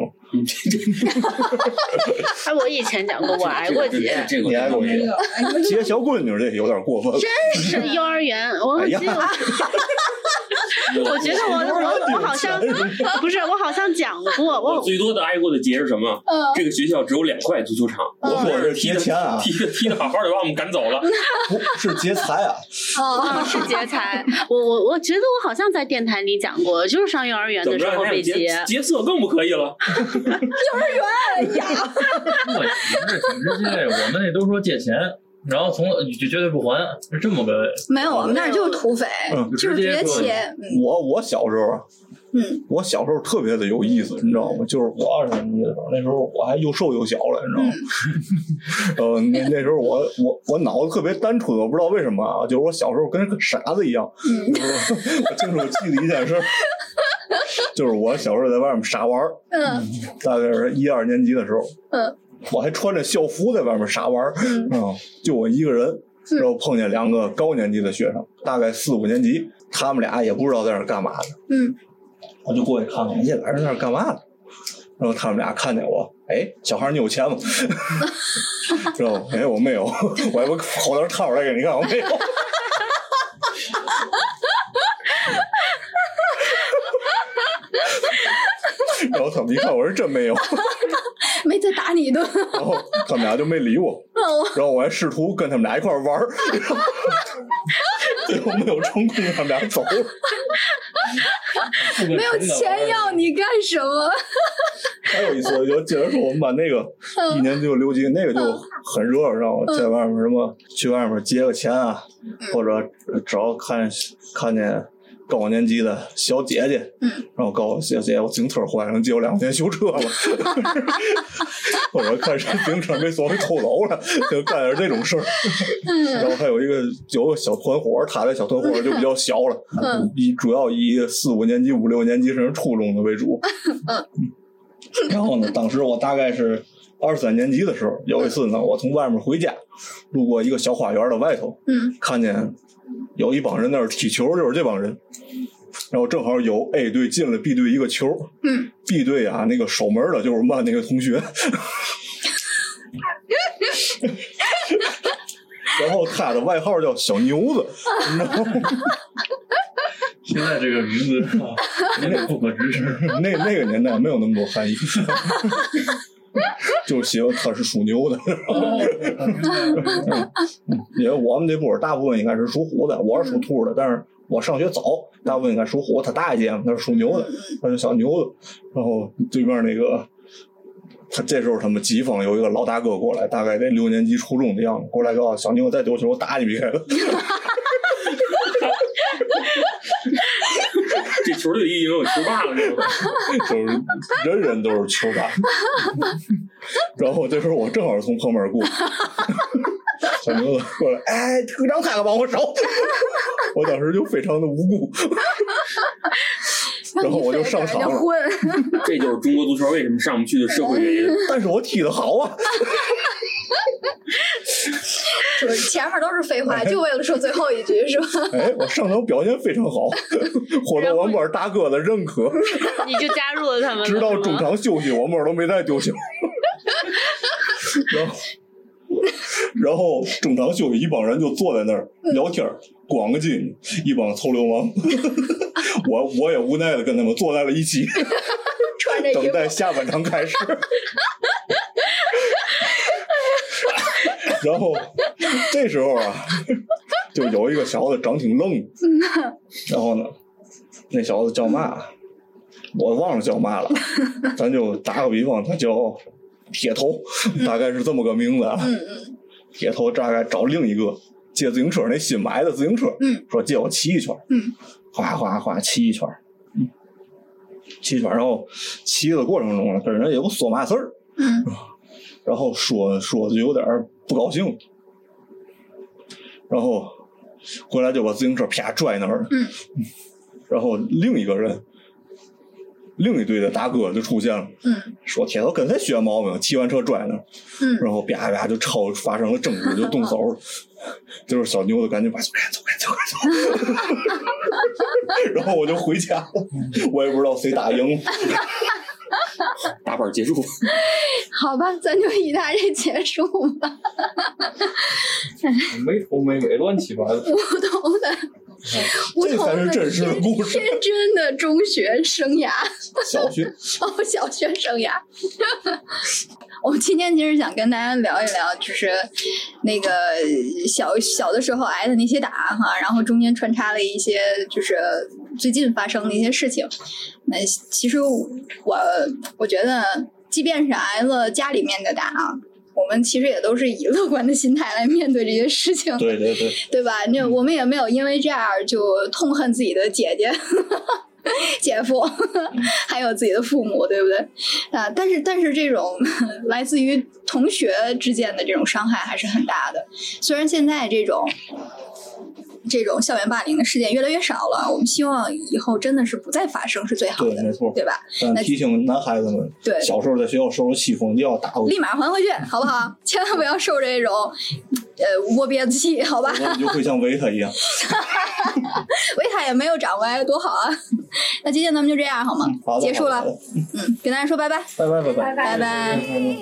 哎，我以前讲过，我挨过节， 这个你挨过接没有，？哎，你们接小闺女这有点过分。 真是幼儿园，我哎呀记得我我觉得我我我好像不是，我好像讲过，我我最多的挨过的劫是什么？ 嗯、 这个学校只有两块足球场， 嗯、 我是踢劫钱啊， 踢的踢的好好的把我们赶走了， 不是劫财啊， 哦，是劫财。我我我觉得我好像在电台里讲过，就是上幼儿园的时候被劫， 劫色更不可以了。 幼儿园呀， 我是挺直接，我们那都说借钱。然后从就绝对不还，是这么个。 没有，我们那儿就是土匪，嗯、就是直接切。 嗯、我我小时候， 嗯， 我小时候特别的有意思，你知道吗？就是我二十年级的时候，那时候我还又瘦又小了，你知道吗？嗯、呃，那那时候我我我脑子特别单纯，我不知道为什么啊，就是我小时候跟个傻子一样。嗯，就是我清楚记得一件事，就是我小时候在外面傻玩，嗯，大概是一二年级的时候，嗯。我还穿着校服在外面傻玩，嗯，嗯就我一个人，然后碰见两个高年级的学生，大概四五年级，他们俩也不知道在那儿干嘛的，嗯，我就过去看看，这俩人在那儿干嘛呢？然后他们俩看见我，哎，小孩你有钱吗？然后哎我没有，我还不口袋掏出来给你看，我没有。然后他们一看我是真没有。 没再打你一顿， 然后他们俩就没理我，然后我还试图跟他们俩一块玩儿，最后没有成功，他们俩走了。 没有钱要你干什么？ 还有一次，就接着说我们班那个一年级就留级，那个就很热，让我在外面什么去外面借个钱啊，或者找看看见。高年级的小姐姐，嗯，然后告诉我小姐姐，我自行车坏了，借我两块钱修车了。或者看谁自行车没锁被偷走了，就干点这种事儿。然后还有一个有个小团伙，他的小团伙就比较小了，嗯，以主要以四五年级、五六年级甚至初中的为主。嗯，然后呢，当时我大概是二三年级的时候，有一次呢，我从外面回家，路过一个小花园的外头，嗯，看见。有一帮人在那儿踢球，就是这帮人，然后正好有 A 队进了 B 队一个球，嗯 ，B 队啊那个守门的就是我们班那个同学，然后他的外号叫小牛子，你知道吗？ 现在这个名字有点不可支持， 那那个年代没有那么多含义。就写他是属牛的，因为我们这波大部分应该是属虎的，我是属兔的，但是我上学早，大部分应该属虎。他大一届嘛，他是属牛的，他是小牛子。然后对面那个，他这时候他们己方有一个老大哥过来，大概得六年级初中的样子，过来告诉小牛再丢球，我打你别了。 这球队已经有球霸了，是吧？ 就是人人都是球霸。然后这时候我正好从旁边过，小牛子过来，哎，队长开个帮我手。我当时就非常的无辜，然后我就上场了。 这就是中国足球为什么上不去的社会原因。 但是我踢得好啊。 就是前面都是废话，就为了说最后一句，是吧？ 哎，我上场表现非常好，获得我们班大哥的认可。 你就加入了他们， 直到中场休息，我们班都没再丢球。然后，然后中场休息，一帮人就坐在那儿聊天，光个筋，一帮臭流氓。我我也无奈的跟他们坐在了一起， 穿着等待下半场开始。然后这时候啊，就有一个小子长挺愣，然后呢，那小子叫嘛，我忘了叫嘛了，咱就打个比方，他叫铁头，大概是这么个名字啊。铁头大概找另一个借自行车，那新买的自行车，说借我骑一圈，哗哗哗骑一圈，骑一圈，然后骑的过程中呢，跟人也不说嘛事儿，然后说说的就有点不高兴，然后回来就把自行车啪拽那儿了，嗯，然后另一个人，另一队的大哥就出现了，嗯，说铁头跟谁学毛病，骑完车拽那儿，嗯，然后啪啪就吵发生了争执，就动手了，就是小牛子赶紧把走开走开走开走开，然后我就回家了，我也不知道谁打赢了。 打板结束。 好吧，咱就以他这结束吧。 没头没尾，乱七八糟。 梧桐的，梧桐的这才是真实的故事。 天真的中学生涯， 小学哦，小学生涯。我今天其实想跟大家聊一聊，就是那个小小的时候挨的那些打哈，然后中间穿插了一些就是最近发生的一些事情。那其实我我觉得，即便是挨了家里面的打，我们其实也都是以乐观的心态来面对这些事情。 对对对， 对吧？那我们也没有因为这样就痛恨自己的姐姐。姐夫，还有自己的父母，对不对？啊，但是但是这种来自于同学之间的这种伤害还是很大的。虽然现在这种这种校园霸凌的事件越来越少了，我们希望以后真的是不再发生是最好的， 对，没错， 对吧？ 但提醒男孩子们， 对， 小时候在学校受了欺负，就要打回去， 立马还回去，好不好？千万不要受这种呃窝憋子气，好吧？ 你就会像维他一样。 维他也没有长歪，多好啊！那今天咱们就这样好吗？ 好的， 结束了。嗯，跟大家说拜拜， 拜拜，拜拜，拜拜。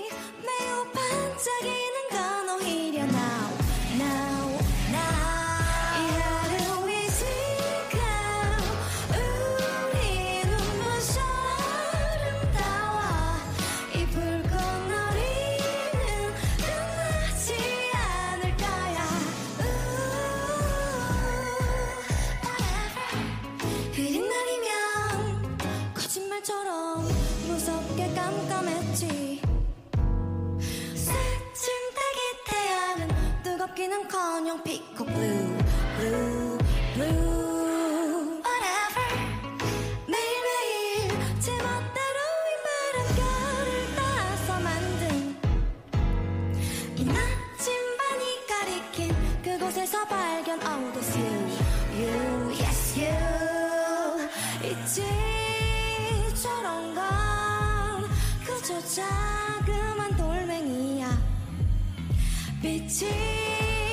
커녕 피코 blue blue blue whatever 매일매일 제 멋대로 이 바람결을 따서 만든 이 나침반이 가리킨 그곳에서 발견 oh this you you yes you 있지 저런 건 그저 자그만 돌멩이야 빛이